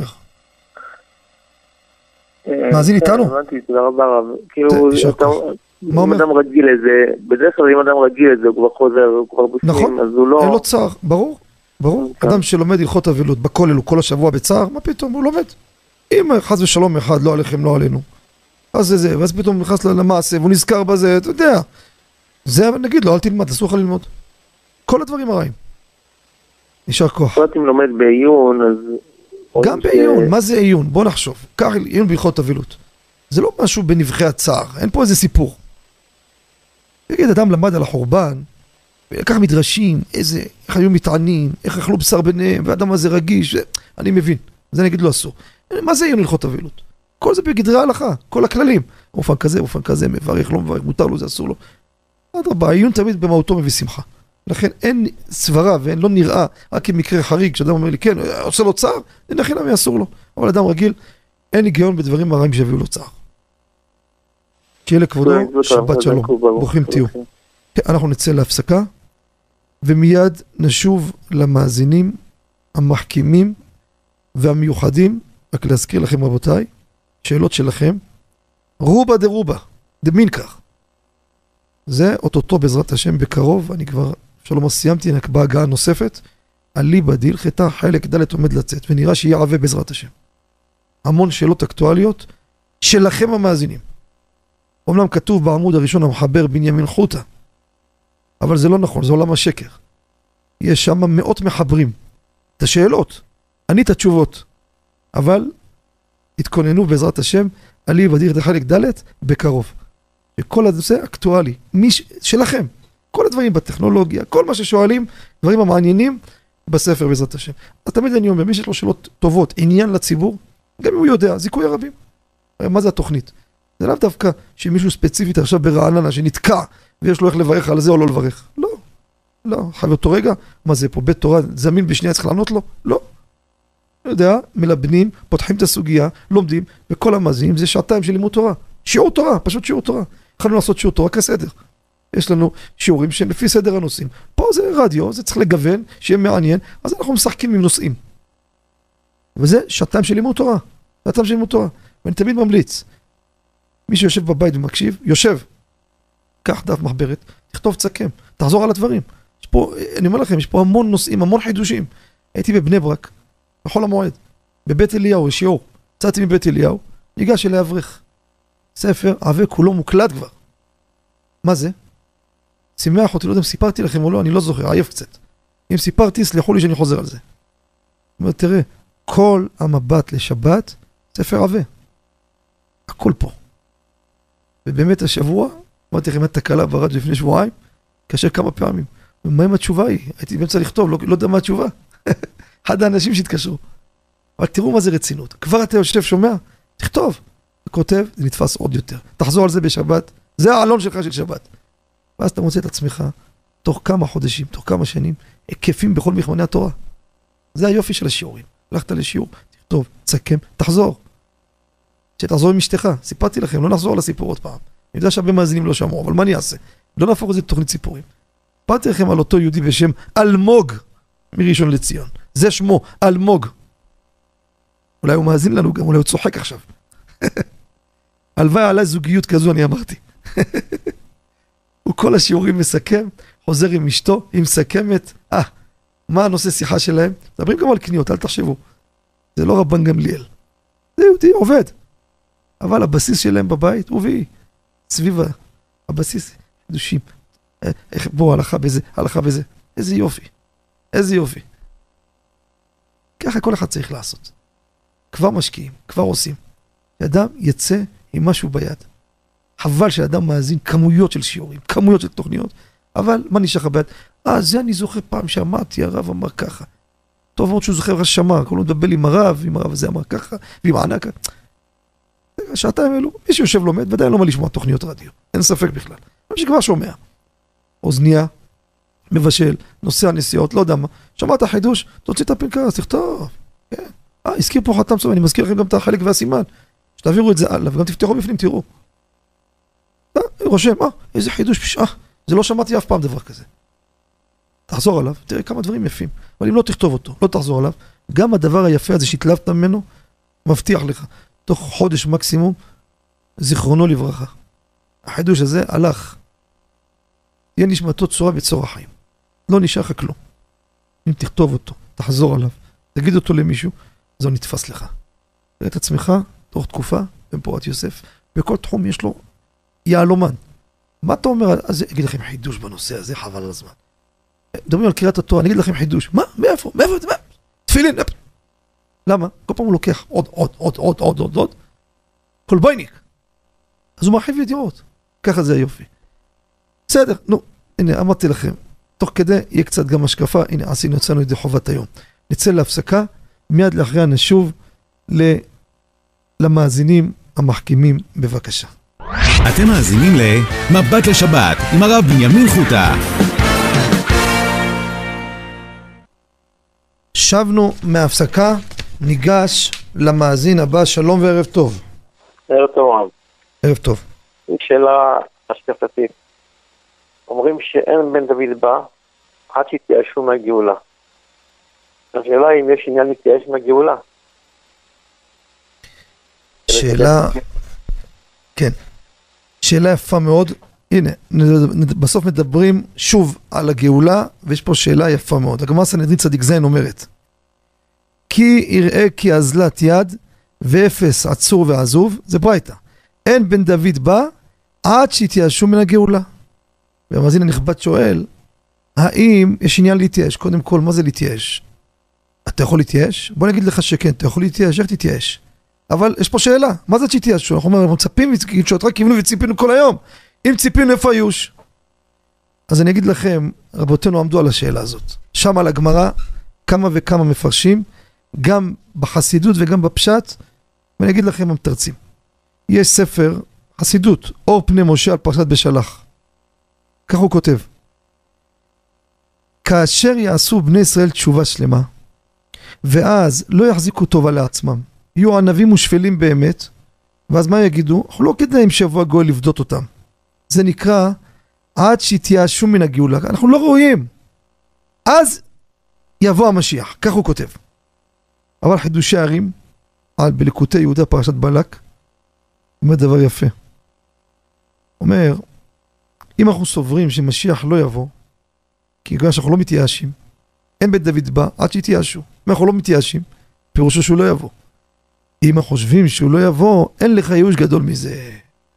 מאזין איתנו? הבנתי, תודה רבה רב. כאילו, אם אדם רגיל לזה, בדרך כלל אם אדם רגיל לזה, הוא כבר חוזר, הוא כבר בפנים, אז הוא לא... אין לו צער, ברור, ברור. אדם שלומד הלכות אבלות בכולל, הוא כל השבוע בצער, מה פתאום? הוא לומד. אם חס ושלום אחד, לא עליכם, לא עלינו. אז זה, ואז פתאום נכנס למעשה, והוא נזכר בזה, אתה יודע. זה נגיד לו, אל תלמד, אסור לך ללמוד. כל הדברים הרעים. נשאר כוח. אם לומד בעיון, אז... גם בעיון, מה זה עיון? בוא נחשוב. כך עיון בהלכות אבלות. זה לא משהו בנבחי הצער, אין פה איזה סיפור. תגיד, אדם למד על החורבן, ולקח מדרשים, איך היו מתענים, איך אכלו בשר ביניהם, והאדם הזה רגיש, אני מבין. זה נגיד לא אסור. מה זה עיון בהלכות אבלות? כל זה בגדרי ההלכה, כל הכללים. אופן כזה, מברך, לא מברך, מותר לו, זה אסור לו. אדרבה, העיון תמיד במהותו מביא שמחה. לכן אין סברה ואין לא נראה, רק כמקרה חריג, שאדם אומר לי, כן, עושה לו צער, אין הכי נמי אסור לו. אבל אדם רגיל, אין היגיון בדברים הרעים שיביאו לו צער. שיהיה לכבודו, שבת שלום, ברוכים תהיו. אנחנו נצא להפסקה, ומיד נשוב למאזינים המחכימים והמיוחדים, רק להזכיר לכם רבותיי, שאלות שלכם, רובה דרובה, דמינקר. זה אוטוטו בעזרת השם בקרוב, אני כבר, שלום סיימתי, נקבע הגעה נוספת, אליבא דהלכתה חלק ד' עומד לצאת, ונראה שיהיה עבה בעזרת השם. המון שאלות אקטואליות שלכם המאזינים. אומנם כתוב בעמוד הראשון המחבר בנימין חוטה, אבל זה לא נכון, זה עולם השקר. יש שם מאות מחברים את השאלות, אני את התשובות, אבל התכוננו בעזרת השם, אליבא דהלכתה חלק ד' בקרוב. וכל זה אקטואלי, שלכם, כל הדברים בטכנולוגיה, כל מה ששואלים, דברים המעניינים בספר בעזרת השם. אז תמיד אני אומר, מי שיש לו שאלות טובות, עניין לציבור, גם אם הוא יודע, זיכוי הרבים. מה זה התוכנית? זה לאו דווקא שמישהו ספציפית עכשיו ברעננה שנתקע, ויש לו איך לברך על זה או לא לברך. לא, לא, חייב אותו רגע, מה זה פה, בית תורה זמין בשנייה, צריך לענות לו? לא. אני יודע, מלבנים, פותחים את הסוגיה, לומדים, וכל המאזינים זה שעתיים של לימוד תורה. שיעור תורה, פשוט שיעור תורה. יכולנו לעשות שיעור תורה כסדר. יש לנו שיעורים שהם לפי סדר הנושאים. פה זה רדיו, זה צריך לגוון, שיהיה מעניין, אז אנחנו משחקים עם נושאים. וזה שעתיים של לימוד תורה. שעתיים של לימוד תורה. ואני תמיד ממליץ. מי שיושב בבית ומקשיב, יושב. קח דף מחברת, תכתוב תסכם, תחזור על הדברים. יש פה, אני אומר לכם, יש פה המון נושאים, המון חידושים. הייתי בבני ברק, בחול המועד, בבית אליהו, יש שיעור. צאתי מבית אליהו, ניגש אלי אברך. ספר, עבה כולו מוקלט כבר. מה זה? שימח אותי, לא יודע אם סיפרתי לכם או לא, אני לא זוכר, עייף קצת. אם סיפרתי, סלחו לי שאני חוזר על זה. אומר, תראה, כל המבט לשבת, ספר עבה. הכל פה. ובאמת השבוע, אמרתי לכם, הייתה תקלה ברדיו לפני שבועיים, כאשר כמה פעמים. ומה עם התשובה היא? הייתי באמצע לכתוב, לא יודע מה התשובה. אחד האנשים שהתקשרו. אבל תראו מה זה רצינות. כבר אתה יושב שומע, תכתוב. כותב, זה נתפס עוד יותר. תחזור על זה בשבת, זה העלון שלך של שבת. ואז אתה מוצא את עצמך, תוך כמה חודשים, תוך כמה שנים, היקפים בכל מכווני התורה. זה היופי של השיעורים. הלכת לשיעור, תכתוב, תסכם, תחזור. שתחזור עם אשתך. סיפרתי לכם, לא נחזור על הסיפור עוד פעם. אני יודע שהרבה מאזינים לא שמעו, אבל מה אני אעשה? לא נהפוך את זה לתוכנית סיפורים. סיפרתי לכם על אותו יהודי בשם אלמוג מראשון לציון. זה שמו, אלמוג. אולי הוא מאזין לנו גם, אולי הוא צוחק עכשיו. הלוואי עליי זוגיות כזו, אני אמרתי. הוא כל השיעורים מסכם, חוזר עם אשתו, היא מסכמת. מה הנושא שיחה שלהם? מדברים גם על קניות, אל תחשבו. זה לא רבן גמליאל. זה יהודי, עובד. אבל הבסיס שלהם בבית הוא והיא. סביב הבסיס, קדושים. איך בוא, הלכה בזה, הלכה בזה. איזה יופי. איזה יופי. ככה כל אחד צריך לעשות. כבר משקיעים, כבר עושים. שאדם יצא עם משהו ביד. חבל שאדם מאזין כמויות של שיעורים, כמויות של תוכניות, אבל מה נשאר לך ביד? זה אני זוכר פעם שאמרתי, הרב אמר ככה. טוב מאוד שהוא זוכר רש שמר, כל הוא מדבר עם הרב הזה אמר ככה, ועם הענק. שעתיים אלו, מי שיושב לומד, ודאי לא מה לשמוע תוכניות רדיו, אין ספק בכלל. מי שכבר שומע, אוזניה, מבשל, נוסע נסיעות, לא יודע מה, שמעת חידוש, תוציא את הפנקס, תכתוב, כן. הזכיר פה חתם סוף, אני מזכיר לכם גם את החלק והסימן, שתעבירו את זה הלאה, וגם תפתחו בפנים, תראו. רושם, איזה חידוש, זה לא שמעתי אף פעם דבר כזה. תחזור עליו, תראה כמה דברים יפים, אבל אם לא תכתוב אותו, לא תחזור עליו, גם הדבר היפה הזה שהתלהבת ממנו, מבטיח לך, תוך חודש מקסימום, זיכרונו לברכה. החידוש הזה הלך, יהיה נשמתו צורה וצור החיים. לא נשאר לך כלום. אם תכתוב אותו, תחזור עליו, תגיד אותו למישהו, זה נתפס לך. תראה את עצמך, תוך תקופה, במפורת יוסף, בכל תחום יש לו יעלומן. מה אתה אומר? אז אגיד לכם חידוש בנושא הזה, חבל על הזמן. מדברים על קריאת התורה, אני אגיד לכם חידוש. מה? מאיפה? תפילין. למה? כל פעם הוא לוקח עוד. כל בייניק. אז הוא מרחיב ידיעות. ככה זה היופי. בסדר, נו, הנה, אמרתי לכם. תוך כדי יהיה קצת גם השקפה. הנה, עשינו, יצאנו את זה חובת היום. נצא להפסקה, מיד לאחריה נשוב למאזינים המחכימים, בבקשה. אתם מאזינים למבט לשבת עם הרב בנימין חוטה. שבנו מההפסקה, ניגש למאזין הבא. שלום וערב טוב. ערב טוב רב. ערב טוב. שאלה השקפתית. אומרים שאין בן דוד בא עד שיתייאשו מהגאולה. השאלה אם יש עניין להתייאש מהגאולה. שאלה, כן, שאלה יפה מאוד. הנה, בסוף מדברים שוב על הגאולה, ויש פה שאלה יפה מאוד. הגמרא סנהדרין צדיק ז' אומרת, כי יראה כי אזלת יד ואפס עצור ועזוב, זה ברייתא. אין בן דוד בא עד שיתייאשו מן הגאולה. והמאזין הנכבד שואל, האם יש עניין להתייאש? קודם כל, מה זה להתייאש? אתה יכול להתייאש? בוא נגיד לך שכן, אתה יכול להתייאש, איך תתייאש? אבל יש פה שאלה, מה זה תתייאשו? אנחנו מצפים, שאותך כיוונו וציפינו כל היום. אם ציפינו, איפה היוש? אז אני אגיד לכם, רבותינו עמדו על השאלה הזאת. שם על הגמרא, כמה וכמה מפרשים, גם בחסידות וגם בפשט, ואני אגיד לכם המתרצים. יש ספר, חסידות, אור פני משה על פרשת בשלח. כך הוא כותב. כאשר יעשו בני ישראל תשובה שלמה, ואז לא יחזיקו טובה לעצמם, יהיו ענבים ושפלים באמת, ואז מה יגידו? אנחנו לא כדאיים שיבוא הגוי לבדות אותם. זה נקרא עד שיתייאשו מן הגאולה. אנחנו לא רואים. אז יבוא המשיח. כך הוא כותב. אבל חידושי הערים, על בליקוטי יהודה פרשת בלק, אומר דבר יפה. אומר, אם אנחנו סוברים שמשיח לא יבוא, כי בגלל שאנחנו לא מתייאשים, אין בית דוד בא עד שיתייאשו. אם אנחנו לא מתייאשים, פירושו שהוא לא יבוא. אם אנחנו חושבים שהוא לא יבוא, אין לך ייאוש גדול מזה.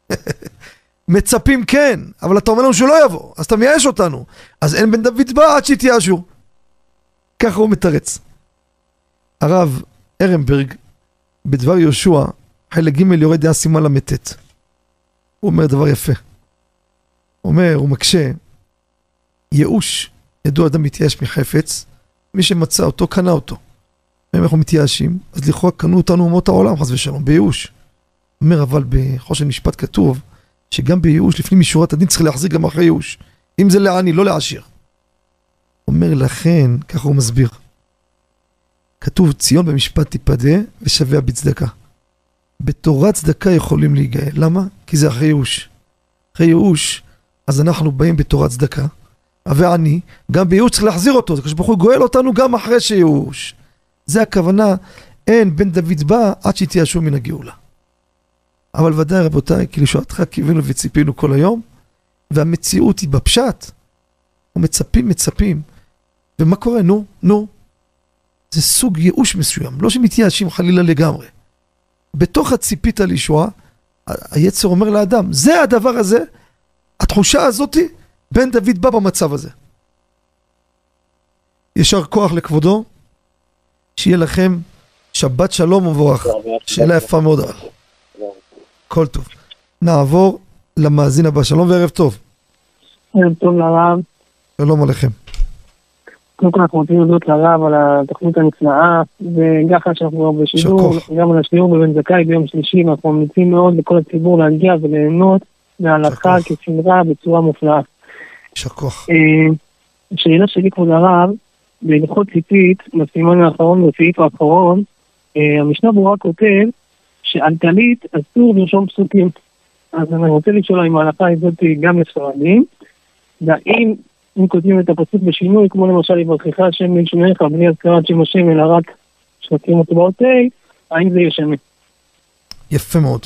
מצפים כן, אבל אתה אומר לנו שהוא לא יבוא, אז אתה מייאש אותנו. אז אין בן דוד בא עד שיתייאשו. ככה הוא מתרץ. הרב ארנברג, בדבר יהושע, חלק ג' יורד דעה סימן למתת. הוא אומר דבר יפה. הוא אומר, הוא מקשה, ייאוש, ידוע אדם מתייאש מחפץ, מי שמצא אותו, קנה אותו. אם אנחנו מתייאשים, אז לכאורה קנו אותנו אומות העולם, חס ושלום, בייאוש. הוא אומר, אבל בחושן משפט כתוב, שגם בייאוש, לפנים משורת הדין, צריך להחזיק גם אחרי ייאוש. אם זה לעני, לא לעשיר. הוא אומר, לכן, ככה הוא מסביר. כתוב, ציון במשפט תיפדה, ושווה בצדקה. בתורת צדקה יכולים להיגאל. למה? כי זה אחרי ייאוש. אחרי ייאוש, אז אנחנו באים בתורת צדקה, ועני, גם בייאוש צריך להחזיר אותו. זה כשברוך הוא גואל אותנו גם אחרי שייאוש. זה הכוונה, אין בן דוד בא עד שיתייאשו מן הגאולה. אבל ודאי רבותיי, כי לשעתך קיווינו וציפינו כל היום, והמציאות היא בפשט, ומצפים, ומה קורה? נו, זה סוג ייאוש מסוים, לא שמתייאשים חלילה לגמרי. בתוך הציפית על ישועה, היצר אומר לאדם, זה הדבר הזה, התחושה הזאת, בן דוד בא במצב הזה. ישר כוח לכבודו, שיהיה לכם שבת שלום ומבורך. שאלה יפה מאוד. כל טוב. נעבור למאזין הבא. שלום וערב טוב. ערב טוב לרב. שלום עליכם. קודם כל אנחנו רוצים להודות לרב על התוכנית הנפלאה, וגם שאנחנו כבר בשידור, גם על השיעור בבן זכאי ביום שלישי, ואנחנו ממליצים מאוד לכל הציבור להגיע וליהנות מההלכה כסדרה בצורה מופלאה. שכוח. השאלה שלי כבוד הרב, בהלכות ציצית, בסימן האחרון בסעיף האחרון, המשנה ברורה כותב שעל טלית אסור לרשום פסוקים. אז אני רוצה לשאול אם ההלכה הזאת גם לספרדים, והאם אם כותבים את הפסוק בשינוי, כמו למשל יברכך השם מלשונך, בלי הזכרת שם השם, אלא רק שכתבים אותו באותי, האם זה ישנה? יפה מאוד.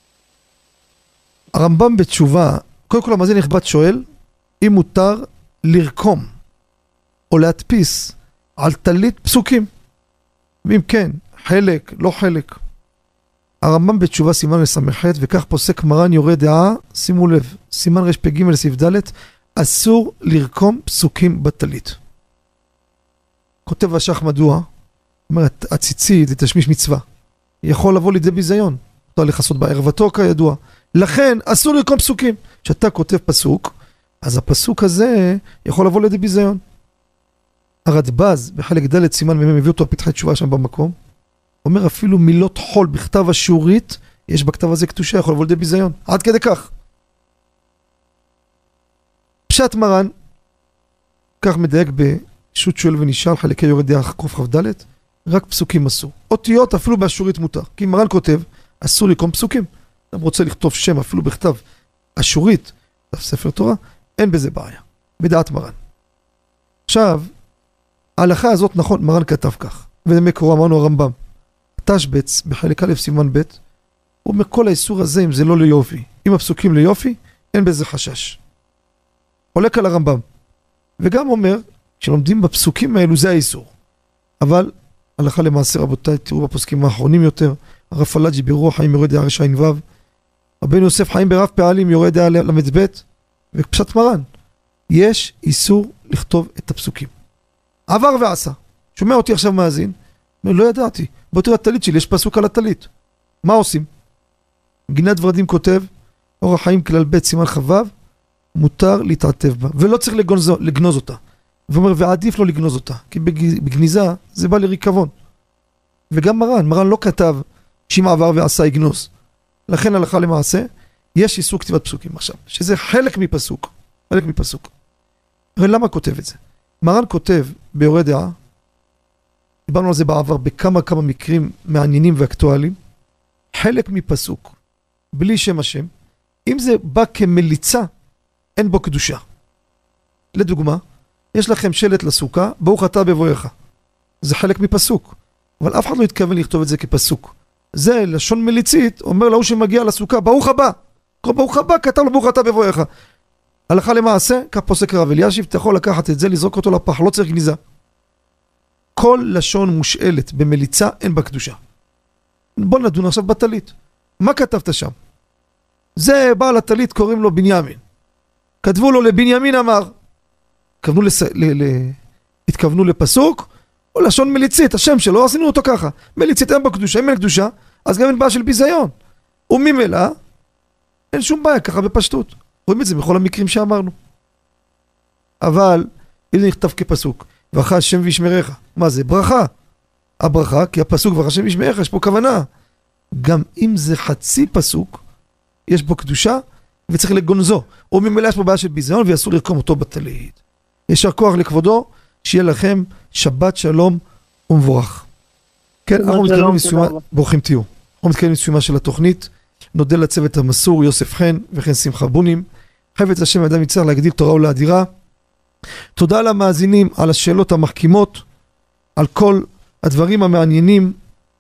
הרמב"ם בתשובה, קודם כל המאזין נכבד שואל, אם מותר לרקום או להדפיס על טלית פסוקים. ואם כן, חלק, לא חלק. הרמב"ם בתשובה סימן לסמכת, וכך פוסק מרן יורה דעה, שימו לב, סימן רשפ"ג לסעיף ד', אסור לרקום פסוקים בטלית. כותב השח מדוע, אומרת, הציצית זה תשמיש מצווה. יכול לבוא לידי ביזיון. אתה לכסות בערבתו כידוע. לכן אסור לרקום פסוקים. כשאתה כותב פסוק, אז הפסוק הזה יכול לבוא לידי ביזיון. הרדב"ז בחלק ד' סימן מ"מ מביא אותו פתחי תשובה שם במקום. אומר אפילו מילות חול בכתב השיעורית, יש בכתב הזה קדושה, יכול לבוא לידי ביזיון. עד כדי כך. פשט מרן, כך מדייק בשו"ת שואל ונשאל, חלקי יורה דעה קכ"ד, רק פסוקים אסור. אותיות אפילו באשורית מותר. כי מרן כותב, אסור לקרום פסוקים. אדם רוצה לכתוב שם אפילו בכתב אשורית, ספר תורה, אין בזה בעיה. בדעת מרן. עכשיו, ההלכה הזאת נכון, מרן כתב כך. וזה מקורו, אמרנו הרמב"ם. תשבץ בחלק א' סימן ב', הוא אומר כל האיסור הזה אם זה לא ליופי. אם הפסוקים ליופי, אין בזה חשש. הולק על הרמב"ם. וגם אומר, כשלומדים בפסוקים האלו זה האיסור. אבל, הלכה למעשה רבותיי, תראו בפוסקים האחרונים יותר, הרב פלאג'י ברוח חיים יורד דעה רש"ע ע"ו, רבנו יוסף חיים ברב פעלים יורד דעה ל"ב, ופשט מרן. יש איסור לכתוב את הפסוקים. עבר ועשה. שומע אותי עכשיו מאזין? לא ידעתי. בוא תראה הטלית שלי, יש פסוק על הטלית. מה עושים? גינת ורדים כותב, אורח חיים כלל ב' סימן ח"ו, מותר להתעטב בה, ולא צריך לגנוז אותה. ואומר, ועדיף לא לגנוז אותה, כי בגניזה זה בא לריקבון. וגם מרן לא כתב שאם עבר ועשה יגנוז. לכן הלכה למעשה, יש איסור כתיבת פסוקים עכשיו, שזה חלק מפסוק. חלק מפסוק. הרי למה כותב את זה? מרן כותב ביורה דעה, דיברנו על זה בעבר בכמה מקרים מעניינים ואקטואליים, חלק מפסוק, בלי שם השם, אם זה בא כמליצה, אין בו קדושה. לדוגמה, יש לכם שלט לסוכה, ברוך אתה בבואך. זה חלק מפסוק, אבל אף אחד לא התכוון לכתוב את זה כפסוק. זה לשון מליצית, אומר להוא שמגיע לסוכה, ברוך הבא. ברוך הבא, כתב לו ברוך אתה בבואך. הלכה למעשה, כך פוסק הרב אלישיב, אתה יכול לקחת את זה, לזרוק אותו לפח, לא צריך גניזה. כל לשון מושאלת במליצה אין בה קדושה. בוא נדון עכשיו בטלית. מה כתבת שם? זה בעל הטלית, קוראים לו בנימין. כתבו לו לבנימין אמר. התכוונו לפסוק, או לשון מליצית, השם שלו, עשינו אותו ככה. מליצית אין בה קדושה, אם אין קדושה, אז גם אין בעיה של ביזיון. וממילא, אין שום בעיה, ככה בפשטות. רואים את זה בכל המקרים שאמרנו. אבל, אם זה נכתב כפסוק, ואחר השם וישמרך, מה זה? ברכה. הברכה, כי הפסוק ואחר השם וישמרך, יש פה כוונה. גם אם זה חצי פסוק, יש בו קדושה, וצריך לגונזו. או ממילא יש פה בעיה של ביזיון, ואסור לרקום אותו בטלית. ישר כוח לכבודו, שיהיה לכם שבת שלום ומבורך. כן, אנחנו מתקדמים לסיומה, ברוכים תהיו. אנחנו מתקדמים לסיומה של התוכנית, נודה לצוות המסור יוסף חן וכן שמחה בונים. חפץ השם אדם יצטרך להגדיל תורה ולאדירה. תודה למאזינים על השאלות המחכימות, על כל הדברים המעניינים.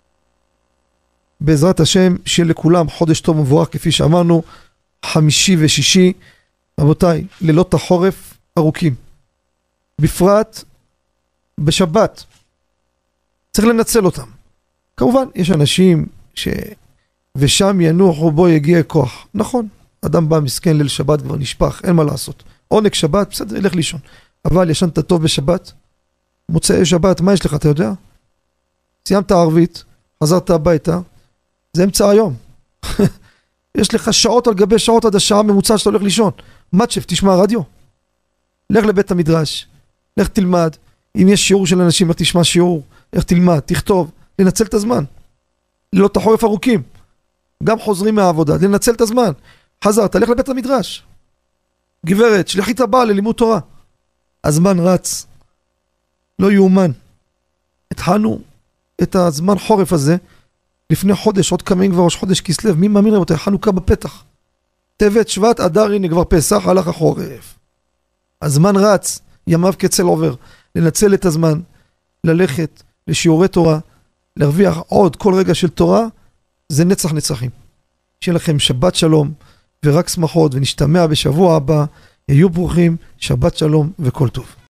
בעזרת השם, שיהיה לכולם חודש טוב ומבורך, כפי שאמרנו, חמישי ושישי. רבותיי, לילות החורף ארוכים. בפרט בשבת. צריך לנצל אותם. כמובן, יש אנשים ושם ינוחו בו יגיע כוח. נכון, אדם בא מסכן ליל שבת כבר נשפח, אין מה לעשות. עונג שבת, בסדר, ילך לישון. אבל ישנת טוב בשבת, מוצאי שבת, מה יש לך, אתה יודע? סיימת ערבית, חזרת הביתה, זה אמצע היום. יש לך שעות על גבי שעות עד השעה הממוצע שאתה הולך לישון. מצ'ף, תשמע רדיו. לך לבית המדרש, לך תלמד, אם יש שיעור של אנשים, איך תשמע שיעור, איך תלמד, תכתוב, לנצל את הזמן. לילות החורף ארוכים. גם חוזרים מהעבודה, לנצל את הזמן. חזר, תלך לבית המדרש. גברת, שלחי את הבעל ללימוד תורה. הזמן רץ. לא יאומן. התחלנו את הזמן חורף הזה, לפני חודש, עוד כמה ימים כבר ראש חודש כסלו, מי מאמין רבותיי, חנוכה בפתח. טבת, שבט, אדר, הנה כבר פסח, הלך החורף. הזמן רץ, ימיו כצל עובר. לנצל את הזמן, ללכת לשיעורי תורה, להרוויח עוד כל רגע של תורה, זה נצח נצחים. שיהיה לכם שבת שלום ורק שמחות, ונשתמע בשבוע הבא. יהיו ברוכים, שבת שלום וכל טוב.